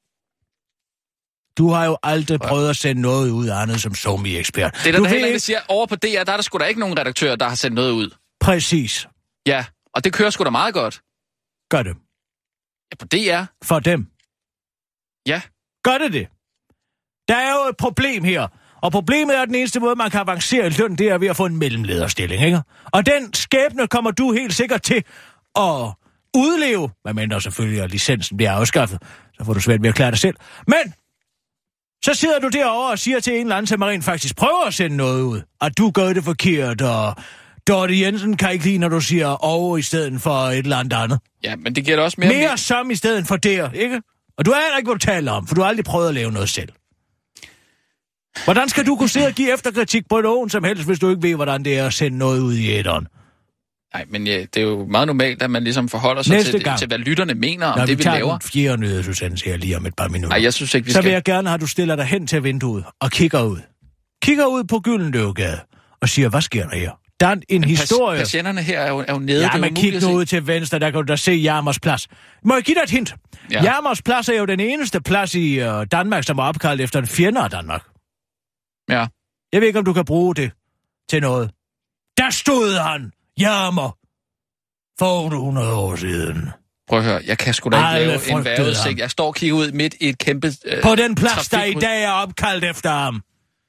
Du har jo aldrig prøvet at sende noget ud andet som somi-ekspert. Det er der, der heller ikke siger, over på D R, der er der sgu da ikke nogen redaktør, der har sendt noget ud. Præcis. Ja, og det kører sgu da meget godt. Gør det. Ja, på D R. For dem. Ja. Gør det det. Der er jo et problem her. Og problemet er, at den eneste måde, man kan avancere i løn, det er ved at få en mellemlederstilling, ikke? Og den skæbne kommer du helt sikkert til at udleve, medmindre selvfølgelig, at licensen bliver afskaffet. Så får du svært ved at klare dig selv. Men så sidder du derovre og siger til en eller anden, som rent faktisk prøver at sende noget ud, at du gør det forkert, og Dorte Jensen kan ikke lide, når du siger over i stedet for et eller andet andet. Ja, men det giver det også mere... Mere som i stedet for der, ikke? Og du er ikke, hvad du taler om, for du har aldrig prøvet at lave noget selv. Hvordan skal du kunne sidde og give efterkritik på nogen som helst, hvis du ikke ved, hvordan det er at sende noget ud i æteren? Nej, men ja, det er jo meget normalt, at man ligesom forholder sig til, til, hvad lytterne mener om Når det, vi laver. Når vi tager den fjerde nyhed, Susanne, siger lige om et par minutter. Nej, jeg synes ikke, vi så skal... vil jeg gerne have, at du stiller dig hen til vinduet og kigger ud. Kigger ud på Gyldenløvegade og siger, hvad sker der her? Der er en men historie. Patienterne her er jo, er jo nede. Ja, men kig nu ud til venstre, der kan du da se Jarmers Plads. Må jeg give dig et hint? Ja. Jarmers Plads er jo den eneste plads i uh, Danmark, som er opkaldt efter en fjende af Danmark. Ja. Jeg ved ikke, om du kan bruge det til noget. Der stod han, Jarmer, for otte hundrede år siden. Prøv at høre, jeg kan sgu da ikke Alle lave en vejrudsigt. Jeg står og kigger ud midt i et kæmpe øh, på den plads, der i dag er opkaldt efter ham.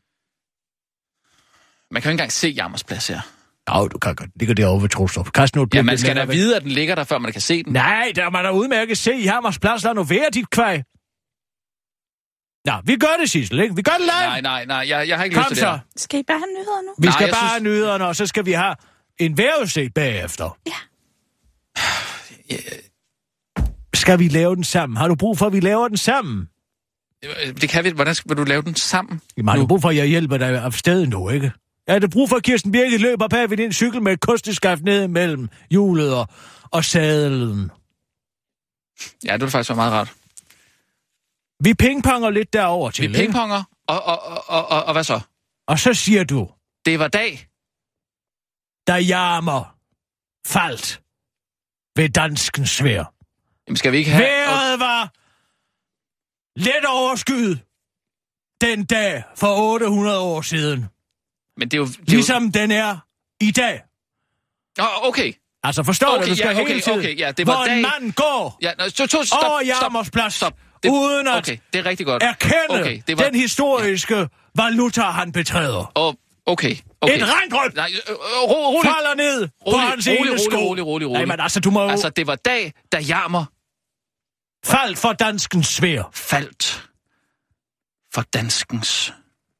Man kan jo ikke engang se Jarmers Plads her. Ja, du kan godt. Det ligger derovre ved Trostrup. Ja, man skal da vide, at den ligger der, før man kan se den. Nej, der man da udmærket se Jarmers Plads. Lad nu være dit kvæg. Nå, vi gør det, Sissel, ikke? Vi gør det live. Nej, nej, nej. Jeg, jeg har ikke Kom lyst til så. det her. Skal I bare have nyheder nu? Vi nej, skal bare synes... have nyhederne, og så skal vi have en vejrudsigt bagefter. Ja. ja. Skal vi lave den sammen? Har du brug for, at vi laver den sammen? Det kan vi. Hvordan skal du lave den sammen? Jamen, har du brug for, at jeg hjælper dig af sted nu, ikke? Jeg har det brug for, at Kirsten Birgit løber bag ved din cykel med et kosteskaft ned mellem hjulet og, og sadlen. Ja, det ville faktisk være meget rart. Vi pingponger lidt derover til, Vi pingponger, og, og, og, og, og, og hvad så? Og så siger du... Det var dag. Der Jarmer faldt ved danskens svær. Jamen, skal vi ikke have... Vejret var let overskyet den dag for otte hundrede år siden. Men det er jo... Det er ligesom jo... den er i dag. Oh, okay. Altså, forstår okay, du, du skal ja, okay, hele tiden, okay, ja, det var hvor dag... en mand går ja, no, to, to, stop, over Jarmers Plads, stop, det... uden at okay, det er rigtig godt. erkende okay, det var... den historiske ja. valuta, han betræder. Oh, okay, okay. Et regndryp Nej, øh, ro, rolig. falder ned rolig, på hans rolig, ene rolig, sko. Rolig, rolig, rolig. Nej, men altså, du må jo... Altså, det var dag, da Jarmer... Faldt for danskens svær. Faldt for danskens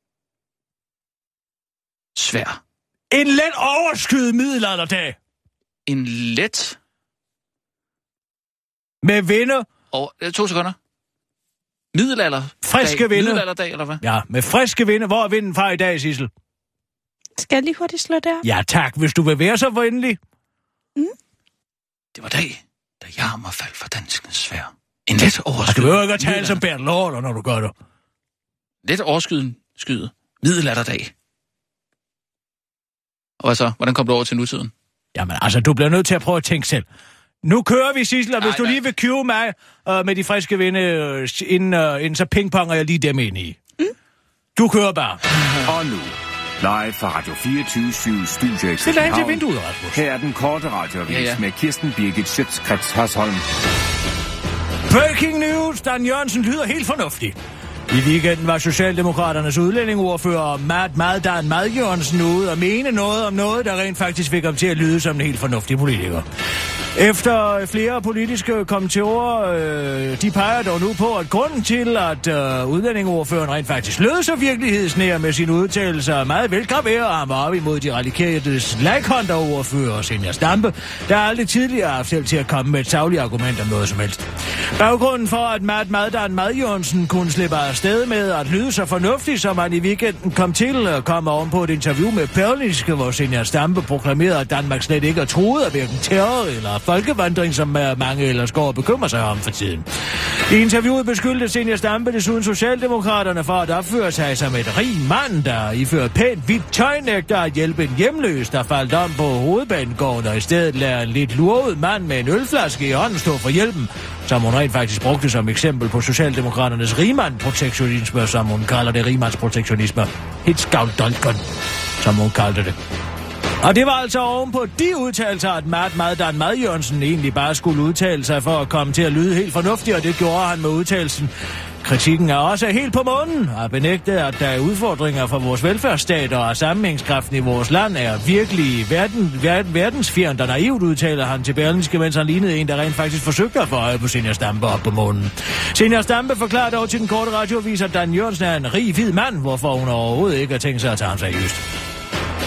svær. En let overskyet middelalderdag. En let... Med vinde. Og to sekunder. Middelalder. Friske dag. vinde. Middelalderdag, eller hvad? Ja, med friske vinde. Hvor er vinden fra i dag, Sissel? Skal jeg lige hurtigt slå der? Ja, tak. Hvis du vil være så venlig. Mm. Det var dag, da Jarmer faldt for danskens svær. En let overskyet... Du behøver ikke at tale som Bertel Haarder, når du gør det. Let overskyet skyde. Middelalderdag. Og hvad så? Hvordan kom du over til nutiden? Jamen, altså, du bliver nødt til at prøve at tænke selv. Nu kører vi, Sissel, og hvis nej, du nej. lige vil cue mig uh, med de friske vinde, uh, inden, uh, inden så pingponger jeg lige dem ind i. Mm. Du kører bare. Og nu, live fra Radio fireogtyve syv Studio i Stil dig ind til København. vinduet, Rasmus. Her er den korte radioavis Ja, ja. med Kirsten Birgit Schøtz-Krets Hørsholm. Breaking news. Dan Jørgensen lyder helt fornuftigt. I weekenden var Socialdemokraternes udlændingeordfører Matt Maddan Mad Jørgensen ude og mene noget om noget, der rent faktisk fik ham til at lyde som en helt fornuftig politiker. Efter flere politiske kommentatorer, øh, de peger dog nu på, at grunden til, at øh, udlændingeordføreren rent faktisk lød så virkelighedsnær med sine udtalelser, meget velkommen være, og han var op imod de radikales like-hunter-ordfører, Zenia Stampe, der aldrig tidligere har haft selv til at komme med et sagligt argument om noget som helst. Baggrunden for, at Matt Maddan Mad Jørgensen kunne slippe afsted med at lyde så fornuftigt, som han i weekenden kom til at komme oven på et interview med Berlingske, hvor Zenia Stampe proklamerede, at Danmark slet ikke er truet af hverken terror eller folkevandring, som mange ellers går og bekymrer sig om for tiden. I interviewet beskyldte Zenia Stampe desuden Socialdemokraterne for at opføre sig som et rig mand, der iført pænt hvidt tøj nægter at hjælpe en hjemløs, der faldt om på hovedbanegården, og i stedet lader en lidt lurvet mand med en ølflaske i hånden stå for hjælpen, som hun rent faktisk brugte som eksempel på Socialdemokraternes rigmand-protektionisme, som hun kalder det, rimandsprotektionisme. Hitskavldolken, som hun kaldte det. Og det var altså ovenpå de udtalelser, at Matt Maddan Mad Jørgensen egentlig bare skulle udtale sig for at komme til at lyde helt fornuftigt, og det gjorde han med udtalelsen. Kritikken er også helt på munden og benægtet, at der er udfordringer for vores velfærdsstat og sammenhængskraften i vores land er virkelig verden, verden, verdensfjernt og naivt, udtaler han til Berlingske, mens han lignede en, der rent faktisk forsøgte at få øje på Zenia Stampe op på munden. Zenia Stampe forklarer dog til den korte radioavis, at Dan Jørgensen er en rig, hvid mand, hvorfor hun overhovedet ikke har tænkt sig at tage ham seriøst.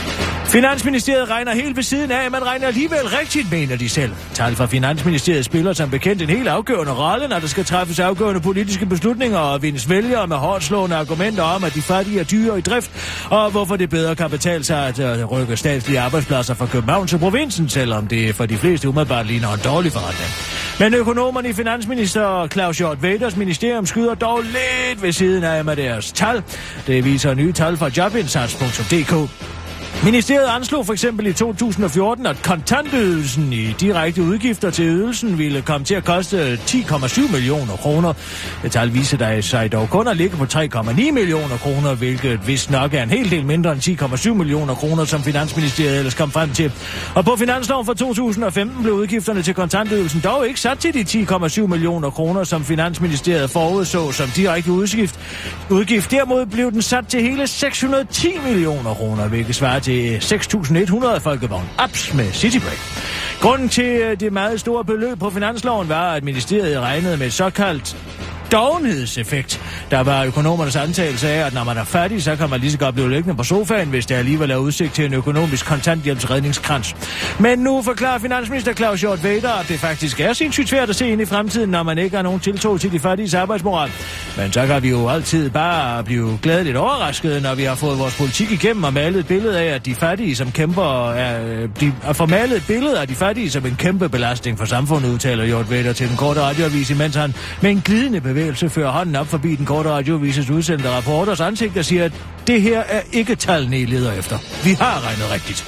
Finansministeriet regner helt ved siden af, man regner alligevel rigtigt, mener de selv. Tal fra Finansministeriet spiller som bekendt en helt afgørende rolle, når der skal træffes afgørende politiske beslutninger og vindes vælgere med hårdt slående argumenter om, at de fattige er dyre i drift, og hvorfor det bedre kan betale sig at rykke statslige arbejdspladser fra København til provinsen, selvom det for de fleste umiddelbart ligner en dårlig forretning. Men økonomerne i Finansminister Claus Hjort Vaders ministerium skyder dog lidt ved siden af med deres tal. Det viser nye tal fra jobindsats punktum d k. Ministeriet anslog for eksempel i to tusind og fjorten, at kontantydelsen i direkte udgifter til ydelsen ville komme til at koste ti komma syv millioner kroner. Det tal viser sig dog kun at ligge på tre komma ni millioner kroner, hvilket vist nok er en hel del mindre end ti komma syv millioner kroner, som Finansministeriet ellers kom frem til. Og på finansloven for to tusind og femten blev udgifterne til kontantydelsen dog ikke sat til de ti komma syv millioner kroner, som Finansministeriet forudså som direkte udgift. udgift. Derimod blev den sat til hele seks hundrede og ti millioner kroner, hvilket svarer til seks tusind et hundrede folkevogn apps med Citybreak. Grunden til det meget store beløb på finansloven var, at ministeriet regnede med et såkaldt dovenhedseffekt. Der var økonomernes antagelse af, at når man er fattig, så kan man lige så godt blive liggende på sofaen, hvis der alligevel er udsigt til en økonomisk kontanthjælpsredningskrans. Men nu forklarer finansminister Claus Hjort Vader, at det faktisk er sindssygt svært at se ind i fremtiden, når man ikke har nogen tiltro til de fattiges arbejdsmoral. Men så kan vi jo altid bare blive glædeligt overrasket, når vi har fået vores politik igennem og malet et billede af, at de fattige, som kæmper, er, de har formalet et billede af de fattige som en kæmpe belastning for samfundet, udtaler Hjort Vader til den korte radioavis, imens han med en glidende bevægelse fører hånden op forbi den korte radioavises udsendte rapporters ansigt og siger, at det her er ikke tallene, I leder efter. Vi har regnet rigtigt.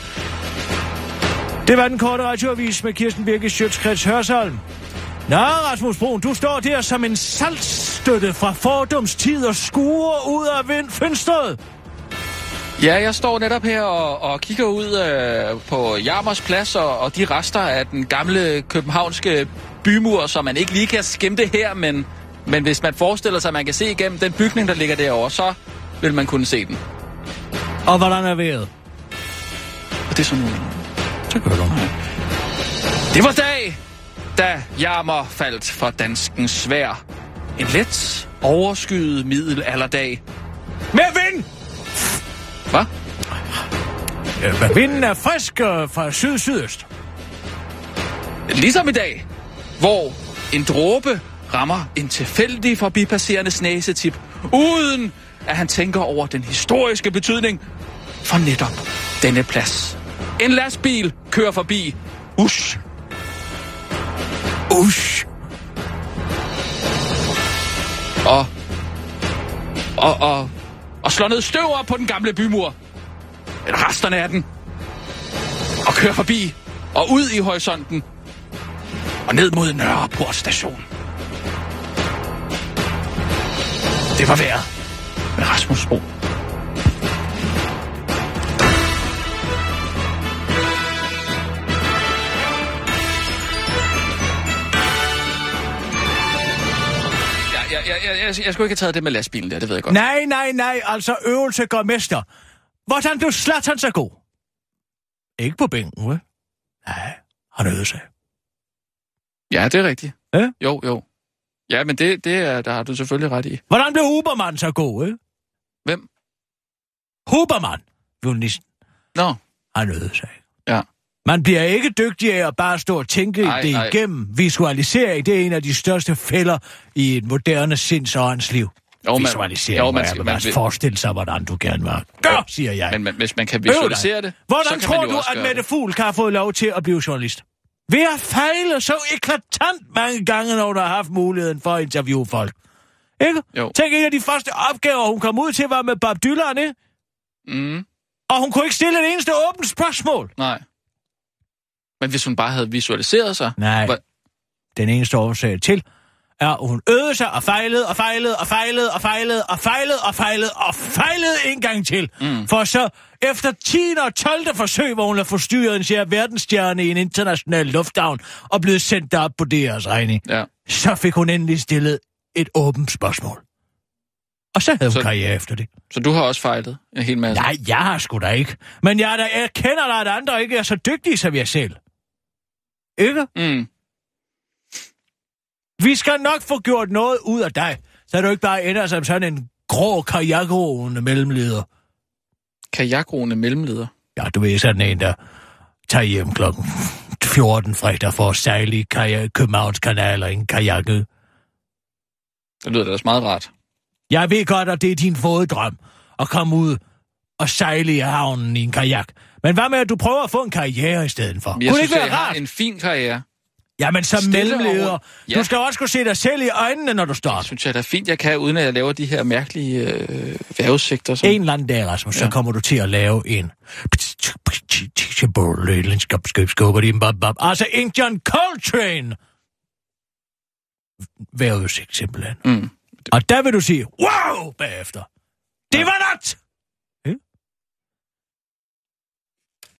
Det var den korte radioavis med Kirsten Birgit Schøtz-Krets Hørsholm. Nå, Rasmus Bruun, du står der som en saltstøtte fra fordomstid og skuer ud af vindfønstret. Ja, jeg står netop her og, og kigger ud øh, på Jarmers Plads og, og de rester af den gamle københavnske bymur, som man ikke lige kan skimte her, men, men hvis man forestiller sig, at man kan se igennem den bygning, der ligger derovre, så vil man kunne se den. Og hvordan er vejret? Og det er sådan noget. Så kan du ja. Det var dag, da Jarmer faldt fra danskens svær. En let, overskyet middelalderdag. Med vind! Hvad? Ja, vinden er frisk fra syd-sydøst. Ligesom i dag, hvor en dråbe rammer en tilfældig forbipasserende næsetip, uden at han tænker over den historiske betydning for netop denne plads. En lastbil kører forbi. Ush. Ush. Og, og, og, og slår ned støv op på den gamle bymur. Resterne af den. Og kører forbi og ud i horisonten. Og ned mod Nørreport station. Det var vejret med Rasmus Bro. Jeg, jeg, jeg, jeg, jeg skulle ikke have taget det med lastbilen der, det ved jeg godt. Nej, nej, nej, altså øvelse gør mester. Hvordan blev Zlatan så god? Ikke på bænken, vel? Nej, han øvede sig. Ja, det er rigtigt. Ja? Jo, jo. Ja, men det, det er, der har du selvfølgelig ret i. Hvordan blev Huberman så god, ikke? Hvem? Huberman, violinisten. Nå. Han øvede sig. Ja. Man bliver ikke dygtig af at bare stå og tænke ej, det ej. igennem. Visualisering, det er en af de største fælder i et moderne sinds- og åndsliv. Jo, man, visualisering, jo, man, man, man forestille sig, hvordan du gerne vil. Gør, siger jeg. Men, men hvis man kan visualisere det, hvordan så kan tror man jo du, også at Mette Fugl kan have fået lov til at blive journalist? Ved at fejle så eklatant mange gange, når hun har haft muligheden for at interviewe folk. Ikke? Jo. Tænk, en af de første opgaver, hun kom ud til, var med Bob Dylan, ikke? Mm. Og hun kunne ikke stille et eneste åbent spørgsmål. Nej. Men hvis hun bare havde visualiseret sig... Nej. Hvor... Den eneste årsag til, er, at hun øvede sig og fejlede og fejlede og fejlede og fejlede og fejlede og fejlede og fejlede en gang til. Mm. For så efter tiende og tolvte forsøg, hvor hun har forstyrret en sjære verdensstjerne i en international lufthavn og blevet sendt derop på deres regning, ja. så fik hun endelig stillet et åbent spørgsmål. Og så havde hun så, karriere efter det. Så du har også fejlet en hel masse? Nej, jeg har sgu da ikke. Men jeg, der, jeg kender da, at andre ikke er så dygtige som jeg selv. Ikke? Mm. Vi skal nok få gjort noget ud af dig, så du ikke bare ender som sådan en grå kajakroende mellemleder. Kajakroende mellemleder? Ja, du ved, sådan en, der tager hjem klokken fjorten fredag for at sejle i kaj- Københavns kanaler i en kajakke. Det lyder da også meget rart. Jeg ved godt, at det er din fodedrøm at komme ud og sejle i havnen i en kajak. Men hvad med, at du prøver at få en karriere i stedet for? Jeg Kunne synes, det ikke være jeg har rart? en fin karriere. Jamen, som Stille mellemleder. over. Ja. Du skal også kunne se dig selv i øjnene, når du står. Jeg synes, jeg er fint, jeg kan, uden at jeg laver de her mærkelige øh, vejrudsigter. Som... En eller anden dag, Rasmus, ja. Så kommer du til at lave en... Altså en John Coltrane vejrudsigt, simpelthen. Mm. Og der vil du sige, wow, bagefter. Det var not!